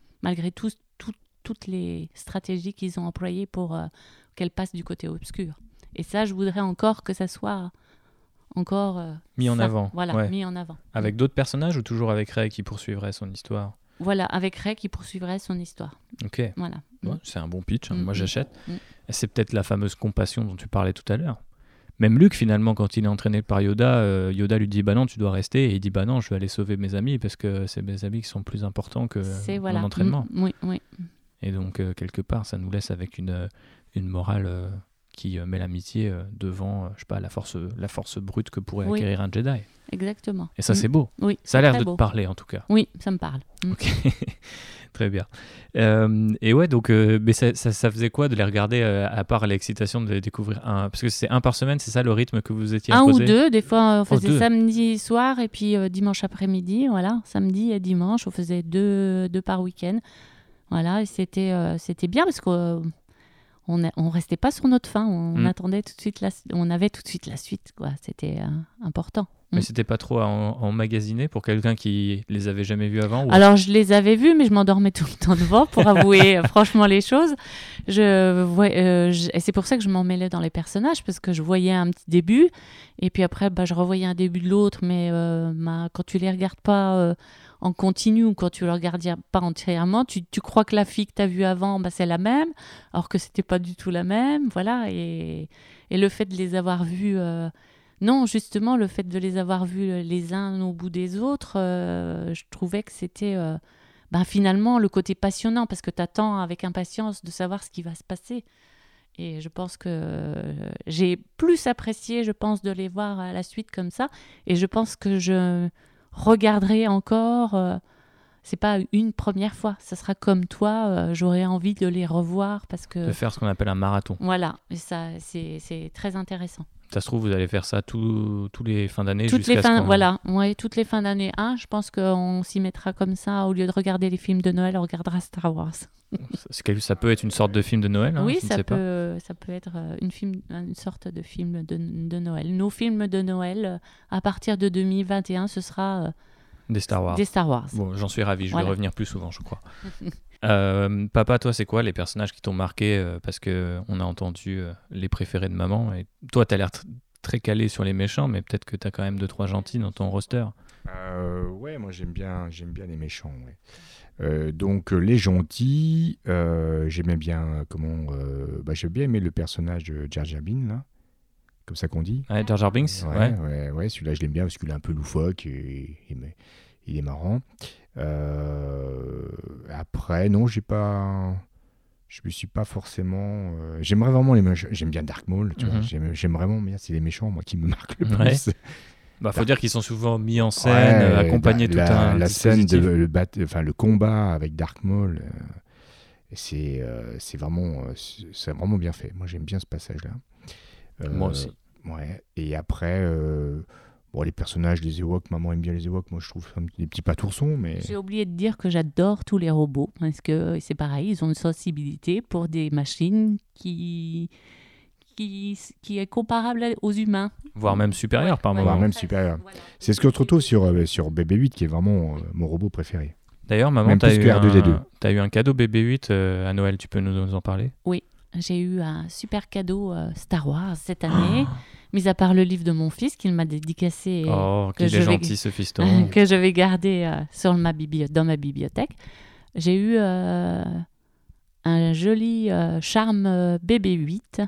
toutes les stratégies qu'ils ont employées pour qu'elle passe du côté obscur. Et ça, je voudrais encore que ça soit encore mis en avant. Voilà, ouais. mis en avant. Avec d'autres personnages, ou toujours avec Rey qui poursuivrait son histoire? Voilà, avec Rey qui poursuivrait son histoire. Ok. Voilà. Ouais, c'est un bon pitch, hein. Moi j'achète. Et c'est peut-être la fameuse compassion dont tu parlais tout à l'heure. Même Luke, finalement, quand il est entraîné par Yoda, Yoda lui dit « Bah non, tu dois rester », et il dit « Bah non, je vais aller sauver mes amis, parce que c'est mes amis qui sont plus importants que mon entraînement. » Oui. Et donc, quelque part, ça nous laisse avec une morale qui met l'amitié devant, je sais pas, la force brute que pourrait acquérir un Jedi. Exactement. Et ça, c'est beau. Oui, ça a l'air de beau. te parler, en tout cas. Oui, ça me parle. Ok, très bien. Et ouais, donc, mais ça faisait quoi de les regarder, à part l'excitation de les découvrir parce que c'est un par semaine, c'est ça le rythme que vous étiez imposé? Un ou deux, des fois on faisait samedi soir et puis dimanche après-midi, voilà, samedi et dimanche, on faisait deux par week-end. Voilà, et c'était bien parce qu'on restait pas sur notre faim, on attendait tout de suite on avait tout de suite la suite, quoi. C'était important. Mais c'était pas trop à emmagasiner pour quelqu'un qui les avait jamais vus avant? Alors je les avais vus, mais je m'endormais tout le temps devant, pour avouer franchement les choses. Et c'est pour ça que je m'en mêlais dans les personnages, parce que je voyais un petit début, et puis après je revoyais un début de l'autre, mais quand tu les regardes pas en continu, ou quand tu le regardes pas entièrement, tu crois que la fille que tu as vue avant, c'est la même, alors que c'était pas du tout la même, voilà. Et le fait de les avoir vus... Non, justement, le fait de les avoir vus les uns au bout des autres, je trouvais que c'était finalement le côté passionnant, parce que tu attends avec impatience de savoir ce qui va se passer. Et je pense que j'ai plus apprécié, de les voir à la suite comme ça. Et je pense que je regarderai encore c'est pas une première fois. Ça sera comme toi, j'aurais envie de les revoir parce que... De faire ce qu'on appelle un marathon. Voilà, et ça, c'est très intéressant. Ça se trouve, vous allez faire ça tous les fins d'année Toutes les jusqu'à fins, ce qu'on... voilà, ouais, toutes les fins d'année. Je pense qu'on s'y mettra comme ça. Au lieu de regarder les films de Noël, on regardera Star Wars. Ça peut être une sorte de film de Noël, hein, Oui, je ne sais pas. ça peut être une sorte de film de Noël. Nos films de Noël, à partir de 2021, ce sera Des Star Wars. des Star Wars. Bon, j'en suis ravi, je Voilà. vais revenir plus souvent, je crois. Papa, toi, c'est quoi les personnages qui t'ont marqué parce qu'on a entendu les préférés de maman. Et toi, tu as l'air très calé sur les méchants, mais peut-être que tu as quand même 2-3 gentils dans ton roster. Ouais, moi j'aime bien les méchants. Ouais. Donc les gentils, j'aimais bien j'ai bien aimé le personnage de Jar Jar Binks, là, comme ça qu'on dit. Ouais, Jar Jar Binks, ouais. Ouais, celui-là je l'aime bien parce qu'il est un peu loufoque et il est marrant. Après, non, je me suis pas forcément. J'aimerais vraiment les méchants. J'aime bien Dark Maul, tu vois. J'aime vraiment bien. C'est les méchants, moi, qui me marquent le plus. Faut dire qu'ils sont souvent mis en scène, accompagnés tout un la scène dispositif. le combat avec Dark Maul, c'est vraiment bien fait. Moi, j'aime bien ce passage-là. Moi aussi. Ouais. Et après, les personnages des Ewoks, maman aime bien les Ewoks. Moi, je trouve des petits patoursons, mais... J'ai oublié de dire que j'adore tous les robots, parce que c'est pareil, ils ont une sensibilité pour des machines qui est comparable aux humains. Voire même supérieur par moment. Voire même supérieur. Voilà. C'est ce que je retrouve sur BB-8, qui est vraiment mon robot préféré. D'ailleurs, maman, tu as eu un cadeau BB-8 à Noël, tu peux nous en parler ? Oui, j'ai eu un super cadeau Star Wars cette année. Mis à part le livre de mon fils qu'il m'a dédicacé. Oh, qu'il est gentil ce fiston. Que je vais garder dans ma bibliothèque. J'ai eu un joli charme BB-8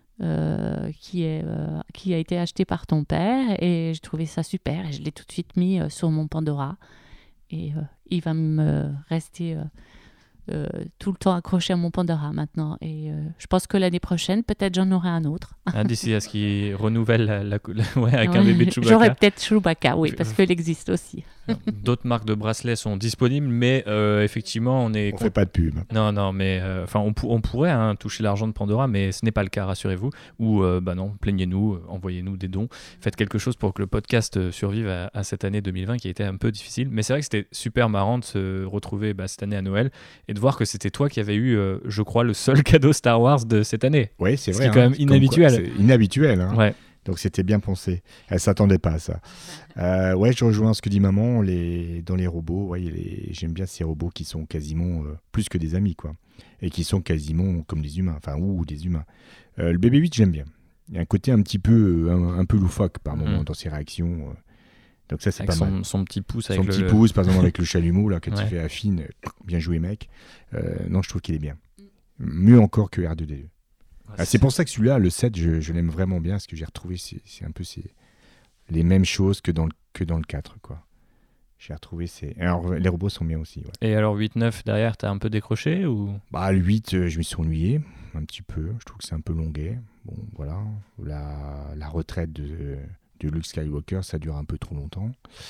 qui a été acheté par ton père et j'ai trouvé ça super. Et je l'ai tout de suite mis sur mon Pandora. Et il va me rester... tout le temps accroché à mon Pandora maintenant et je pense que l'année prochaine peut-être j'en aurai un autre d'ici à ce qu'il renouvelle avec un bébé de Chewbacca. J'aurai peut-être Chewbacca, oui, parce qu'il existe aussi. D'autres marques de bracelets sont disponibles, mais effectivement on fait pas de pub. Non, mais on pourrait toucher l'argent de Pandora, mais ce n'est pas le cas, rassurez-vous. Ou non, plaignez-nous, envoyez-nous des dons, faites quelque chose pour que le podcast survive à cette année 2020 qui a été un peu difficile. Mais c'est vrai que c'était super marrant de se retrouver cette année à Noël et de voir que c'était toi qui avais eu, je crois, le seul cadeau Star Wars de cette année. Oui, c'est vrai. C'est quand même inhabituel. C'est inhabituel. Hein. Ouais. Donc c'était bien pensé. Elle s'attendait pas à ça. Je rejoins ce que dit maman. Dans les robots, j'aime bien ces robots qui sont quasiment plus que des amis, quoi, et qui sont quasiment comme des humains, ou des humains. Le BB-8, j'aime bien. Il y a un côté un petit peu un peu loufoque par moment dans ses réactions. Donc ça, c'est avec pas mal. Son petit pouce, son petit pouce, par exemple avec le chalumeau là, quand il fait affine, bien joué mec. Non, je trouve qu'il est bien. Mieux encore que R2D2. C'est pour ça que celui-là, le 7, je l'aime vraiment bien, parce que j'ai retrouvé c'est un peu les mêmes choses que dans le 4, quoi. J'ai retrouvé Alors, les robots sont bien aussi. Ouais. Et alors 8-9 derrière, t'as un peu décroché ou... Le 8, je me suis ennuyé un petit peu. Je trouve que c'est un peu longuet. Bon, voilà. La retraite de Luke Skywalker, ça dure un peu trop longtemps.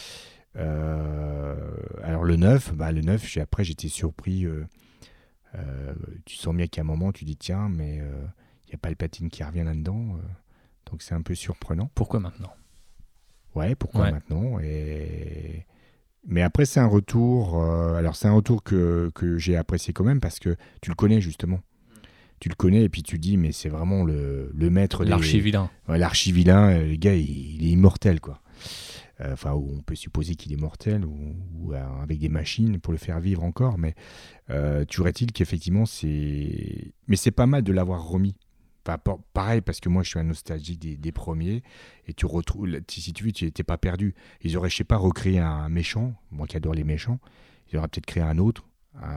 Alors le 9, après j'étais surpris. Tu sens bien qu'à un moment tu dis tiens, mais il n'y a pas le Palpatine qui revient là-dedans. Donc c'est un peu surprenant. Pourquoi maintenant ? Ouais, pourquoi maintenant ? Mais après c'est un retour. Alors c'est un retour que j'ai apprécié quand même parce que tu le connais justement. Tu le connais et puis tu dis mais c'est vraiment le maître l'archivilain. L'archivilain, le gars il est immortel, quoi. On peut supposer qu'il est mortel ou avec des machines pour le faire vivre encore, mais toujours est-il qu'effectivement mais c'est pas mal de l'avoir remis. Pareil, parce que moi je suis un nostalgique des premiers et tu retrouves, si tu veux, tu n'étais pas perdu. Ils auraient, je sais pas, recréé un méchant, moi qui adore les méchants, ils auraient peut-être créé un autre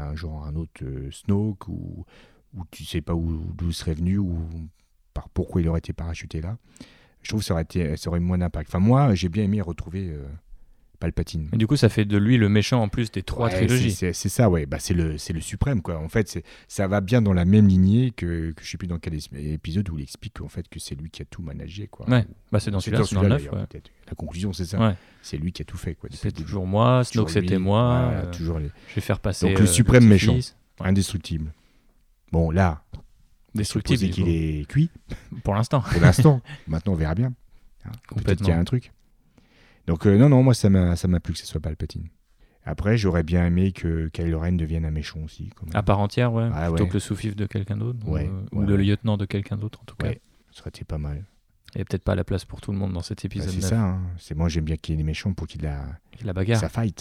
Snoke ou tu sais pas d'où il serait venu ou pourquoi il aurait été parachuté là. Je trouve que ça aurait moins d'impact. Moi, j'ai bien aimé retrouver Palpatine. Mais du coup, ça fait de lui le méchant en plus des 3 trilogies. C'est ça, ouais. Bah, c'est le suprême, quoi. En fait, ça va bien dans la même lignée que je sais plus dans quel épisode où il explique en fait que c'est lui qui a tout managé, quoi. Ouais, bah, c'est dans celui-là, c'est dans le 9. d'ailleurs, Ouais. peut-être. La conclusion, c'est ça. Ouais. C'est lui qui a tout fait, quoi. C'est toujours moi, Snoke Toujours lui. c'était moi. Voilà, toujours les... Je vais faire passer. Donc le suprême méchant, petit-fils. indestructible. Bon, là, Destructible. supposé qu'il est cuit Pour l'instant. pour l'instant. Maintenant, on verra bien. Hein. Peut-être Complètement. qu'il y a un truc. Donc non, moi ça m'a plu que ce soit Palpatine. Après, j'aurais bien aimé que Kylo Ren devienne un méchant aussi. Quand même. À part entière, ouais. Ah, Plutôt ouais. que le sous-fif de quelqu'un d'autre. Ouais, Ou ouais, le ouais. lieutenant de quelqu'un d'autre, en tout cas. Ouais, ça aurait été pas mal. Il n'y a peut-être pas la place pour tout le monde dans cet Bah, épisode c'est 9. ça. Hein. Moi, j'aime bien qu'il y ait des méchants pour qu'il a La bagarre. sa fight.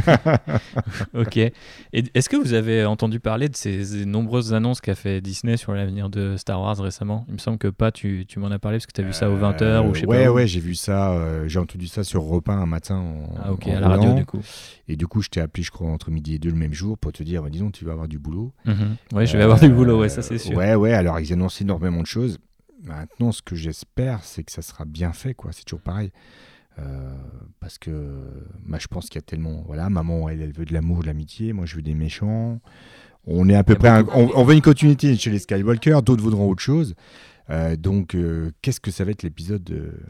Ok. Et est-ce que vous avez entendu parler de ces nombreuses annonces qu'a fait Disney sur l'avenir de Star Wars récemment? Il me semble que pas, tu m'en as parlé parce que tu as vu ça aux 20h ou je sais pas. Ouais, j'ai vu ça. J'ai entendu ça sur Europe 1 un matin en À la radio roulant. du coup. Et du coup, je t'ai appelé, je crois, entre midi et 2 le même jour pour te dire, disons, tu vas avoir du boulot. Ouais, je vais avoir du boulot, ouais, ça c'est sûr. Ouais, alors ils annoncent énormément de choses. Maintenant, ce que j'espère, c'est que ça sera bien fait, quoi. C'est toujours pareil. Parce que je pense qu'il y a tellement... Voilà, maman, elle veut de l'amour, de l'amitié. Moi, je veux des méchants. On est à peu près... On veut une continuité chez les Skywalker. D'autres voudront autre chose. Donc, qu'est-ce que ça va être l'épisode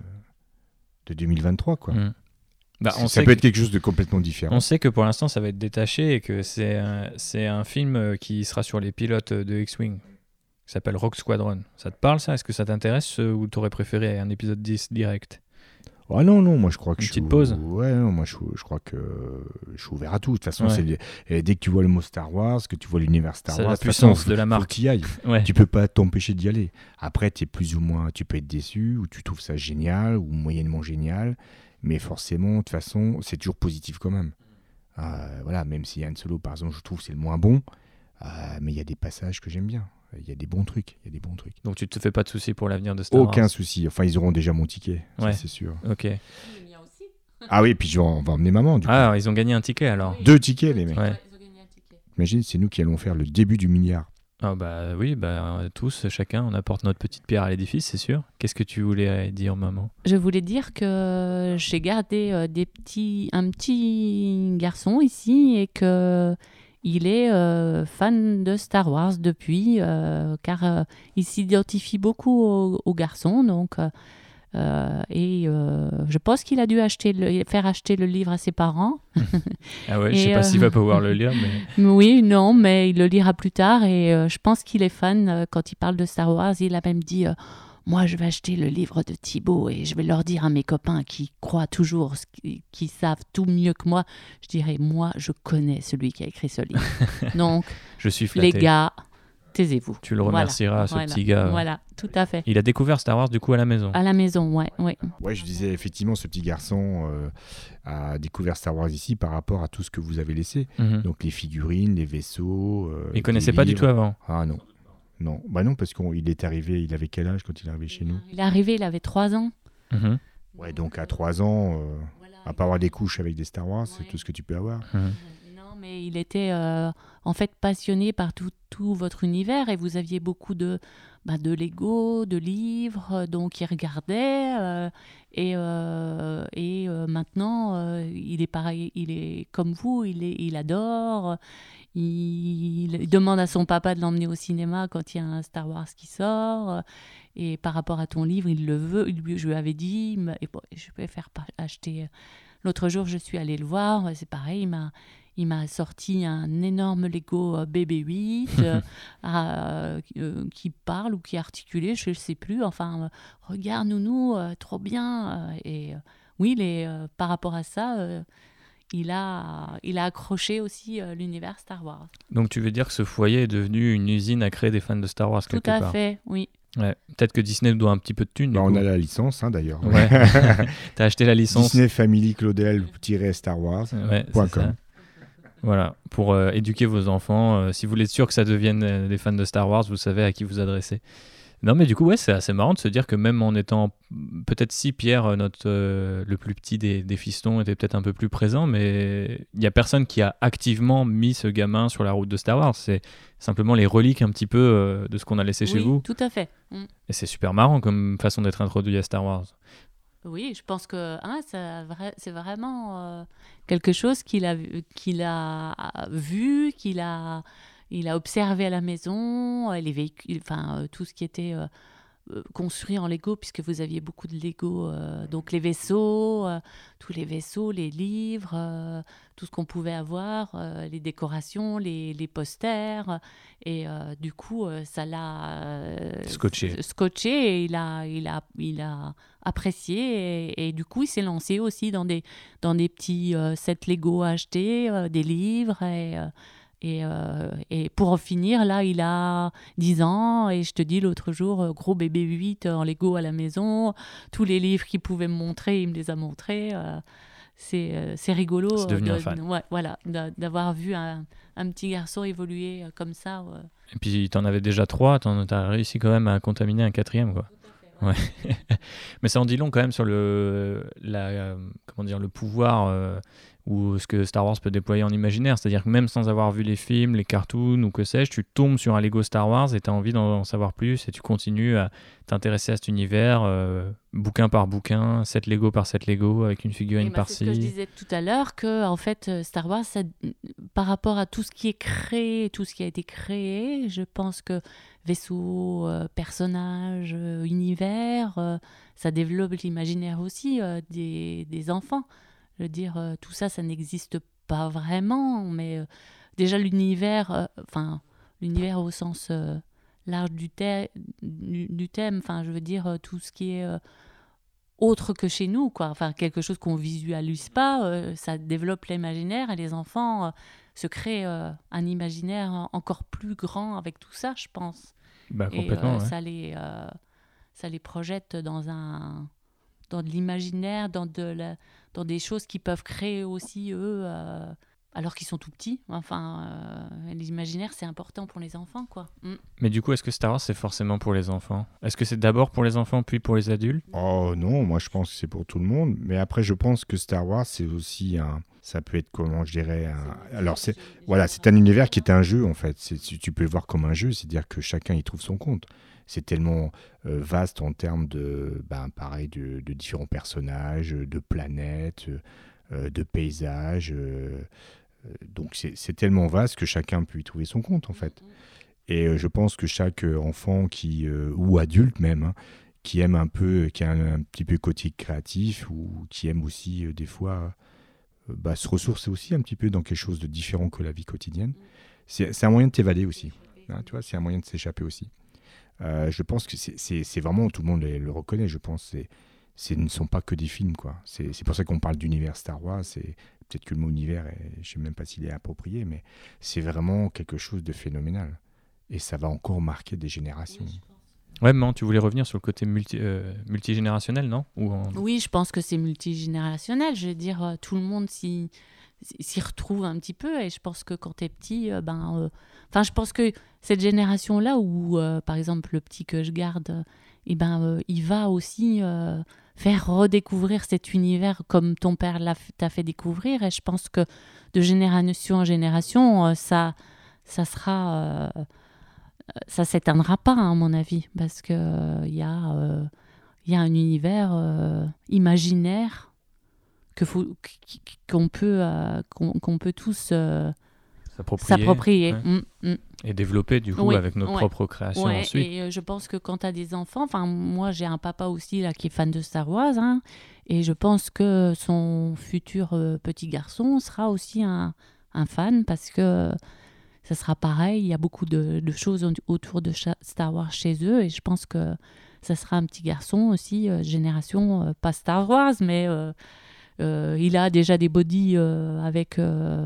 de 2023, quoi. Bah, Ça peut être quelque chose de complètement différent. On sait que pour l'instant, ça va être détaché et que c'est un film qui sera sur les pilotes de X-Wing. Qui s'appelle Rogue Squadron. Ça te parle, ça? Est-ce que ça t'intéresse ou t'aurais préféré un épisode 10 direct? Oh non, moi je crois que Une petite pause. Ouais, non, moi je crois que je suis ouvert à tout. De toute façon, Ouais. dès que tu vois le mot Star Wars, que tu vois l'univers Star C'est Wars, la de toute façon, puissance de la marque. faut que tu y ailles. Ouais. Tu peux pas t'empêcher d'y aller. Après, tu peux être déçu ou tu trouves ça génial ou moyennement génial, mais forcément, de toute façon, c'est toujours positif quand même. Voilà, même si Han Solo, par exemple, je trouve que c'est le moins bon, mais il y a des passages que j'aime bien. Il y a des bons trucs. Donc tu te fais pas de soucis pour l'avenir de Star Wars? Aucun souci. Enfin, ils auront déjà mon ticket, ça, Ouais. c'est sûr. Ok. Ah oui, et puis on va emmener maman, du coup. Ah, ils ont gagné un ticket alors? 2 tickets, les mecs. Ouais. Imagine, c'est nous qui allons faire le début du milliard. Ah bah oui, tous, chacun, on apporte notre petite pierre à l'édifice, c'est sûr. Qu'est-ce que tu voulais dire, maman? Je voulais dire que j'ai gardé un petit garçon ici et que il est fan de Star Wars depuis, car il s'identifie beaucoup aux garçons. Donc, je pense qu'il a dû faire acheter le livre à ses parents. Ah ouais, je sais pas s'il va pouvoir le lire, mais... Oui, non, mais il le lira plus tard et je pense qu'il est fan. Quand il parle de Star Wars, il a même dit moi, je vais acheter le livre de Thibaut et je vais leur dire à mes copains qui croient toujours, qui savent tout mieux que moi. Je dirais, moi, je connais celui qui a écrit ce livre. Donc, Je suis flatté. les gars, taisez-vous. Tu le remercieras, ce petit gars. Voilà, tout à fait. Il a découvert Star Wars du coup à la maison. À la maison, ouais. Ouais, je disais, effectivement, ce petit garçon a découvert Star Wars ici par rapport à tout ce que vous avez laissé. Mhm. Donc, les figurines, les vaisseaux. Il connaissait pas du tout avant. Ah non. Non, bah non, parce qu'il est arrivé, il avait quel âge quand il est arrivé chez nous? Il est arrivé, il avait 3 ans. Mhm. Ouais, donc à 3 ans, à part avoir des couches avec des Star Wars, c'est tout ce que tu peux avoir. Mhm. Non, mais il était en fait passionné par tout votre univers et vous aviez beaucoup de Lego, de livres, donc il regardait et maintenant il est pareil, il est comme vous, il adore. Il demande à son papa de l'emmener au cinéma quand il y a un Star Wars qui sort. Et par rapport à ton livre, il le veut. Je lui avais dit, je vais faire acheter. L'autre jour, je suis allée le voir. C'est pareil, il m'a sorti un énorme Lego BB-8 qui parle ou qui est articulé, je ne sais plus. Enfin, regarde, nounou, trop bien. Oui, par rapport à ça... Il a accroché aussi l'univers Star Wars. Donc tu veux dire que ce foyer est devenu une usine à créer des fans de Star Wars quelque part? Tout à fait, oui. Ouais. Peut-être que Disney doit un petit peu de thunes. On a la licence, d'ailleurs. Ouais. T'as acheté la licence. Disney Family Claudel-Star Wars.com. Ouais, voilà, pour éduquer vos enfants. Si vous voulez être sûr que ça devienne des fans de Star Wars, vous savez à qui vous adresser. Non, mais du coup, ouais, c'est assez marrant de se dire que même en étant peut-être si Pierre, le plus petit des fistons, était peut-être un peu plus présent, mais il n'y a personne qui a activement mis ce gamin sur la route de Star Wars. C'est simplement les reliques un petit peu de ce qu'on a laissé chez vous. Oui, tout à fait. Et c'est super marrant comme façon d'être introduit à Star Wars. Oui, je pense que c'est vraiment quelque chose qu'il a vu, il a observé à la maison, les véhicules, enfin tout ce qui était construit en Lego, puisque vous aviez beaucoup de Lego, donc les vaisseaux, tous les vaisseaux, les livres, tout ce qu'on pouvait avoir, les décorations, les posters, et du coup, ça l'a scotché et il a apprécié, et du coup, il s'est lancé aussi dans des petits sets Lego à acheter, des livres, et pour en finir, là, il a 10 ans, et je te dis, l'autre jour, gros bébé 8 en Lego à la maison, tous les livres qu'il pouvait me montrer, il me les a montrés. C'est rigolo C'est devenu un fan. ouais, voilà, d'avoir vu un petit garçon évoluer comme ça. Et puis, t'en avais déjà 3, t'as réussi quand même à contaminer un 4e, quoi. Ouais. Mais ça en dit long quand même sur comment dire, le pouvoir ou ce que Star Wars peut déployer en imaginaire. C'est-à-dire que même sans avoir vu les films, les cartoons ou que sais-je, tu tombes sur un Lego Star Wars et tu as envie d'en savoir plus, et tu continues à t'intéresser à cet univers, bouquin par bouquin, 7 Lego par 7 Lego, avec une figurine par-ci. C'est ce que je disais tout à l'heure, que en fait, Star Wars, par rapport à tout ce qui est créé, tout ce qui a été créé, je pense que vaisseau, personnage, univers, ça développe l'imaginaire aussi des enfants. Je veux dire, tout ça, ça n'existe pas vraiment, mais déjà l'univers, l'univers au sens large du thème, enfin, je veux dire, tout ce qui est autre que chez nous, quoi. Enfin, quelque chose qu'on visualise pas, ça développe l'imaginaire, et les enfants se créent un imaginaire encore plus grand avec tout ça, je pense. Bah, complètement, et ça les projette dans de l'imaginaire, dans des choses qu'ils peuvent créer aussi, eux, alors qu'ils sont tout petits. Enfin, l'imaginaire, c'est important pour les enfants, quoi. Mais du coup, est-ce que Star Wars, c'est forcément pour les enfants ? Est-ce que c'est d'abord pour les enfants, puis pour les adultes ? Oh non, moi je pense que c'est pour tout le monde. Mais après, je pense que Star Wars, c'est aussi ça peut être, comment je dirais, alors c'est un univers qui est un jeu, en fait. Tu peux le voir comme un jeu, c'est-à-dire que chacun y trouve son compte. C'est tellement vaste en termes pareil, de différents personnages, de planètes, de paysages. Donc c'est tellement vaste que chacun peut y trouver son compte, en fait. Et je pense que chaque enfant ou adulte même, qui aime un peu, qui a un petit peu côté créatif, ou qui aime aussi des fois se ressourcer aussi un petit peu dans quelque chose de différent que la vie quotidienne, c'est un moyen de t'évader aussi. Hein, tu vois, c'est un moyen de s'échapper aussi. Je pense que c'est vraiment, tout le monde le reconnaît, je pense, ce ne sont pas que des films, quoi. C'est pour ça qu'on parle d'univers Star Wars. Peut-être que le mot univers, je ne sais même pas s'il est approprié, mais c'est vraiment quelque chose de phénoménal. Et ça va encore marquer des générations. Ouais, maman, tu voulais revenir sur le côté multigénérationnel, non ? Oui, je pense que c'est multigénérationnel. Je veux dire, tout le monde s'y retrouve un petit peu, et je pense que quand t'es petit, je pense que cette génération-là, où par exemple le petit que je garde, il va aussi faire redécouvrir cet univers comme ton père t'a fait découvrir, et je pense que de génération en génération, ça s'éteindra pas, à mon avis, parce que il y a un univers imaginaire qu'on peut tous s'approprier. Ouais. Et développer du coup avec notre propre création ensuite. Et je pense que quand tu as des enfants, moi j'ai un papa aussi là, qui est fan de Star Wars, hein, et je pense que son futur petit garçon sera aussi un fan, parce que ça sera pareil, il y a beaucoup de choses autour de Star Wars chez eux, et je pense que ça sera un petit garçon aussi, génération, pas Star Wars, mais il a déjà des bodies avec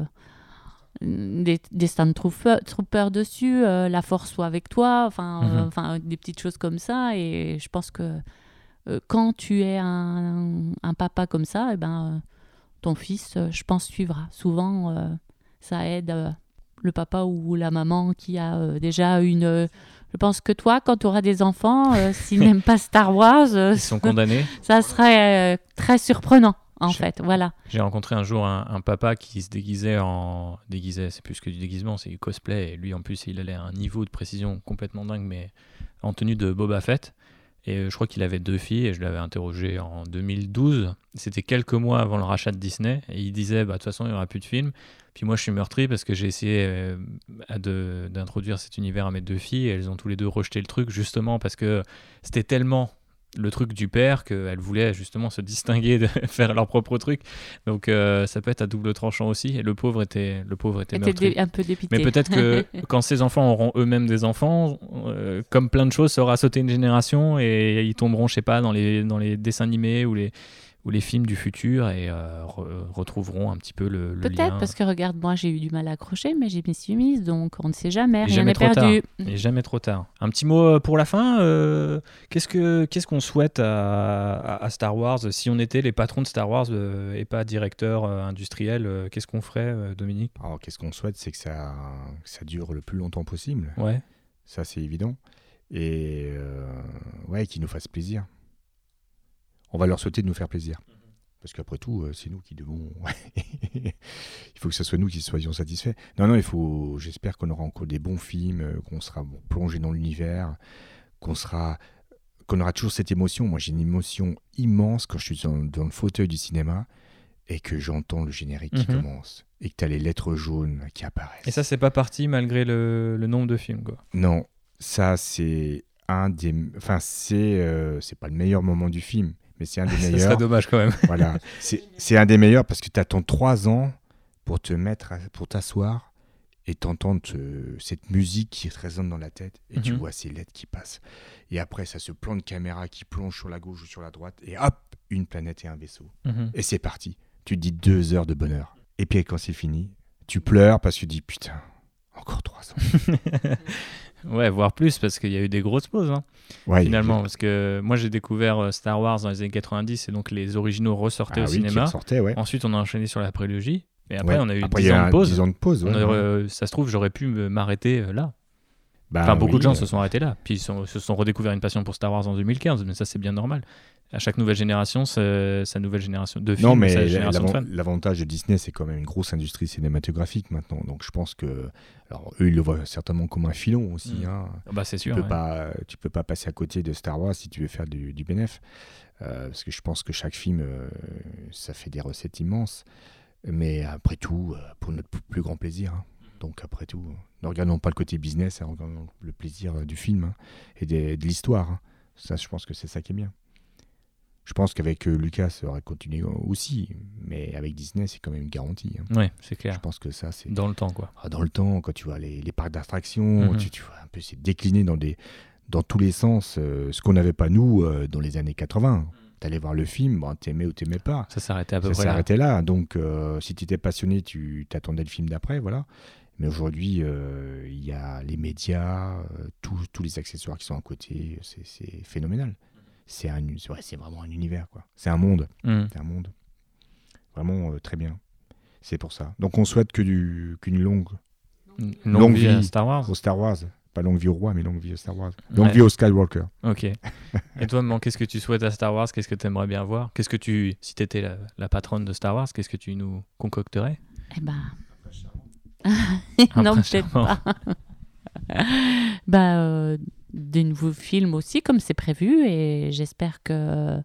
des Stormtroopers dessus, la force soit avec toi, des petites choses comme ça, et je pense que quand tu es un papa comme ça, ton fils, je pense, suivra. Souvent, ça aide le papa ou la maman qui a déjà une... Je pense que toi, quand tu auras des enfants, s'ils n'aiment pas Star Wars... ils sont condamnés. Ça serait très surprenant, en fait. Voilà. J'ai rencontré un jour un papa qui se déguisait c'est plus que du déguisement, c'est du cosplay. Et lui, en plus, il allait à un niveau de précision complètement dingue, mais en tenue de Boba Fett. Et je crois qu'il avait 2 filles et je l'avais interrogé en 2012. C'était quelques mois avant le rachat de Disney. Et il disait, de toute façon, il n'y aura plus de films. Puis moi, je suis meurtri parce que j'ai essayé d'introduire cet univers à mes 2 filles. Et elles ont tous les 2 rejeté le truc, justement parce que c'était tellement le truc du père qu'elles voulaient justement se distinguer, de faire leur propre truc. Donc ça peut être à double tranchant aussi. Et le pauvre était meurtri. Un peu dépité. Mais peut-être que quand ces enfants auront eux-mêmes des enfants, comme plein de choses, ça aura sauté une génération et ils tomberont, je sais pas, dans les dessins animés ou les films du futur et retrouveront un petit peu le lien. Peut-être, parce que regarde, moi j'ai eu du mal à accrocher, mais j'y me suis mise, donc on ne sait jamais, rien jamais n'est perdu. Il n'est jamais trop tard. Un petit mot pour la fin. Qu'est-ce qu'on souhaite à Star Wars? Si on était les patrons de Star Wars et pas directeurs industriels, qu'est-ce qu'on ferait, Dominique? Alors, qu'est-ce qu'on souhaite, c'est que ça dure le plus longtemps possible. Ouais. Ça, c'est évident. Et qu'ils nous fassent plaisir. On va leur souhaiter de nous faire plaisir. Parce qu'après tout, c'est nous qui devons... il faut que ce soit nous qui soyons satisfaits. Non, j'espère qu'on aura encore des bons films, qu'on sera plongé dans l'univers, qu'on aura toujours cette émotion. Moi, j'ai une émotion immense quand je suis dans le fauteuil du cinéma et que j'entends le générique qui commence et que tu as les lettres jaunes qui apparaissent. Et ça, c'est pas parti malgré le nombre de films, quoi. Non, ça, c'est un des... Enfin, c'est pas le meilleur moment du film, mais c'est un des meilleurs. Ça serait dommage quand même. Voilà, c'est un des meilleurs parce que tu attends 3 ans pour pour t'asseoir et t'entendre cette musique qui te résonne dans la tête et tu vois ces lettres qui passent. Et après, ça se plan de caméra qui plonge sur la gauche ou sur la droite et hop, une planète et un vaisseau. Et c'est parti. Tu te dis 2 heures de bonheur. Et puis quand c'est fini, tu pleures parce que tu dis putain, encore 3 ans. Ouais, voire plus, parce qu'il y a eu des grosses pauses, finalement. Parce que moi, j'ai découvert Star Wars dans les années 90, et donc les originaux ressortaient au cinéma. Ensuite, on a enchaîné sur la prélogie, et après, on a eu 10 ans de pause. 10 ans de pause. Ça se trouve, j'aurais pu m'arrêter là. Beaucoup de gens se sont arrêtés là. Puis ils se sont redécouverts une passion pour Star Wars en 2015, mais ça, c'est bien normal. À chaque nouvelle génération, sa nouvelle génération de films. Non, mais sa génération de fans. L'avantage de Disney, c'est quand même une grosse industrie cinématographique maintenant. Donc je pense que... Alors eux, ils le voient certainement comme un filon aussi. C'est sûr. Tu peux pas passer à côté de Star Wars si tu veux faire du bénéf. Parce que je pense que chaque film, ça fait des recettes immenses. Mais après tout, pour notre plus grand plaisir. Donc après tout, ne regardons pas le côté business, regardons le plaisir du film et de l'histoire. Ça, je pense que c'est ça qui est bien. Je pense qu'avec Lucas, ça aurait continué aussi, mais avec Disney, c'est quand même une garantie. Oui, c'est clair. Je pense que ça, c'est... Dans le temps, quoi. Dans le temps, quand tu vois les parcs d'attractions, tu vois un peu, c'est décliné dans tous les sens, ce qu'on n'avait pas, nous, dans les années 80. T'allais voir le film, t'aimais ou t'aimais pas. Ça s'arrêtait à peu près là. Ça s'arrêtait là. Donc, si tu étais passionné, tu t'attendais le film d'après, voilà. Mais aujourd'hui, il y a les médias, tous les accessoires qui sont à côté, c'est phénoménal. C'est vraiment un univers, quoi. C'est un monde. C'est un monde. Vraiment très bien. C'est pour ça. Donc on souhaite qu'une longue vie à Star Wars. Au Star Wars. Pas longue vie au roi, mais longue vie au Star Wars. Longue vie au Skywalker. Ok. Et toi, maman, qu'est-ce que tu souhaites à Star Wars? Qu'est-ce que tu aimerais bien voir? Si tu étais la patronne de Star Wars, qu'est-ce que tu nous concocterais? Non, peut-être pas. Des nouveaux films aussi, comme c'est prévu, et j'espère que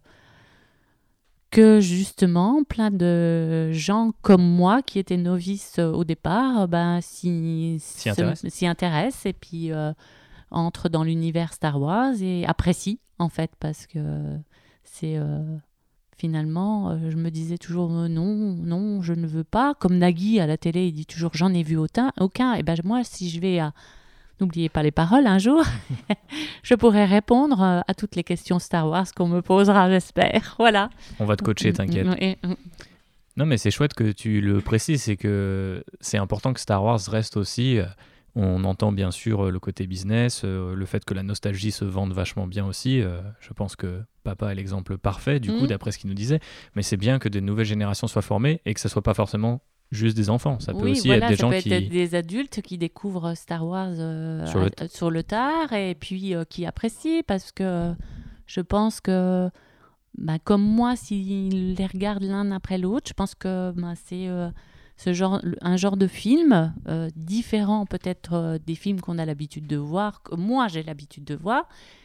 justement plein de gens comme moi qui étaient novices au départ s'y intéressent et puis entrent dans l'univers Star Wars et apprécient en fait, parce que c'est finalement je me disais toujours non, je ne veux pas, comme Nagui à la télé, il dit toujours j'en ai vu aucun, et moi si je vais à... N'oubliez pas les paroles, un jour, je pourrai répondre à toutes les questions Star Wars qu'on me posera, j'espère. Voilà. On va te coacher, t'inquiète. Non, mais c'est chouette que tu le précises, c'est que c'est important que Star Wars reste aussi... On entend bien sûr le côté business, le fait que la nostalgie se vende vachement bien aussi. Je pense que papa est l'exemple parfait, du coup, d'après ce qu'il nous disait. Mais c'est bien que des nouvelles générations soient formées et que ça ne soit pas forcément... juste des enfants, ça peut aussi être des gens qui... ça peut être des adultes qui découvrent Star Wars sur le tard et puis qui apprécient, parce que je pense que, comme moi, s'ils les regardent l'un après l'autre, je pense que c'est un genre de film différent peut-être des films qu'on a l'habitude de voir, que moi j'ai l'habitude de voir,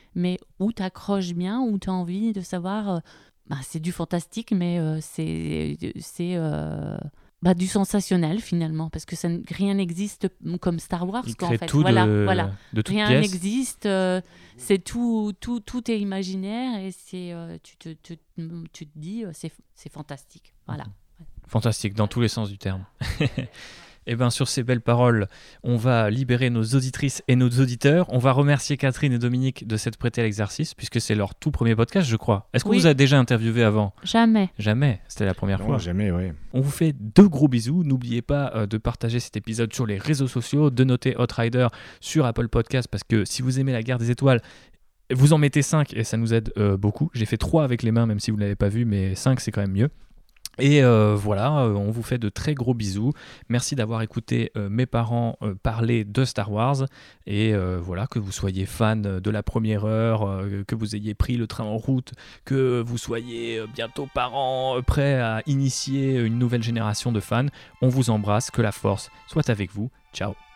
mais où tu accroches bien, où tu as envie de savoir. C'est du fantastique, mais c'est du sensationnel finalement, parce que rien n'existe comme Star Wars. Il quoi, crée en fait. tout Voilà. de toutes Rien pièces. n'existe, c'est tout est imaginaire et tu te dis c'est fantastique. Voilà. Fantastique, dans tous les sens du terme. Et bien sur ces belles paroles, on va libérer nos auditrices et nos auditeurs. On va remercier Catherine et Dominique de s'être prêtés à l'exercice, puisque c'est leur tout premier podcast, je crois. Est-ce qu'on vous a déjà interviewé avant ? Jamais. Jamais, c'était la première fois. Jamais, oui. On vous fait 2 gros bisous. N'oubliez pas de partager cet épisode sur les réseaux sociaux, de noter Outrider sur Apple Podcast, parce que si vous aimez la guerre des étoiles, vous en mettez 5 et ça nous aide beaucoup. J'ai fait 3 avec les mains, même si vous ne l'avez pas vu, mais 5 c'est quand même mieux. Et voilà, on vous fait de très gros bisous. Merci d'avoir écouté mes parents parler de Star Wars. Et voilà, que vous soyez fan de la première heure, que vous ayez pris le train en route, que vous soyez bientôt parents, prêts à initier une nouvelle génération de fans. On vous embrasse, que la force soit avec vous. Ciao.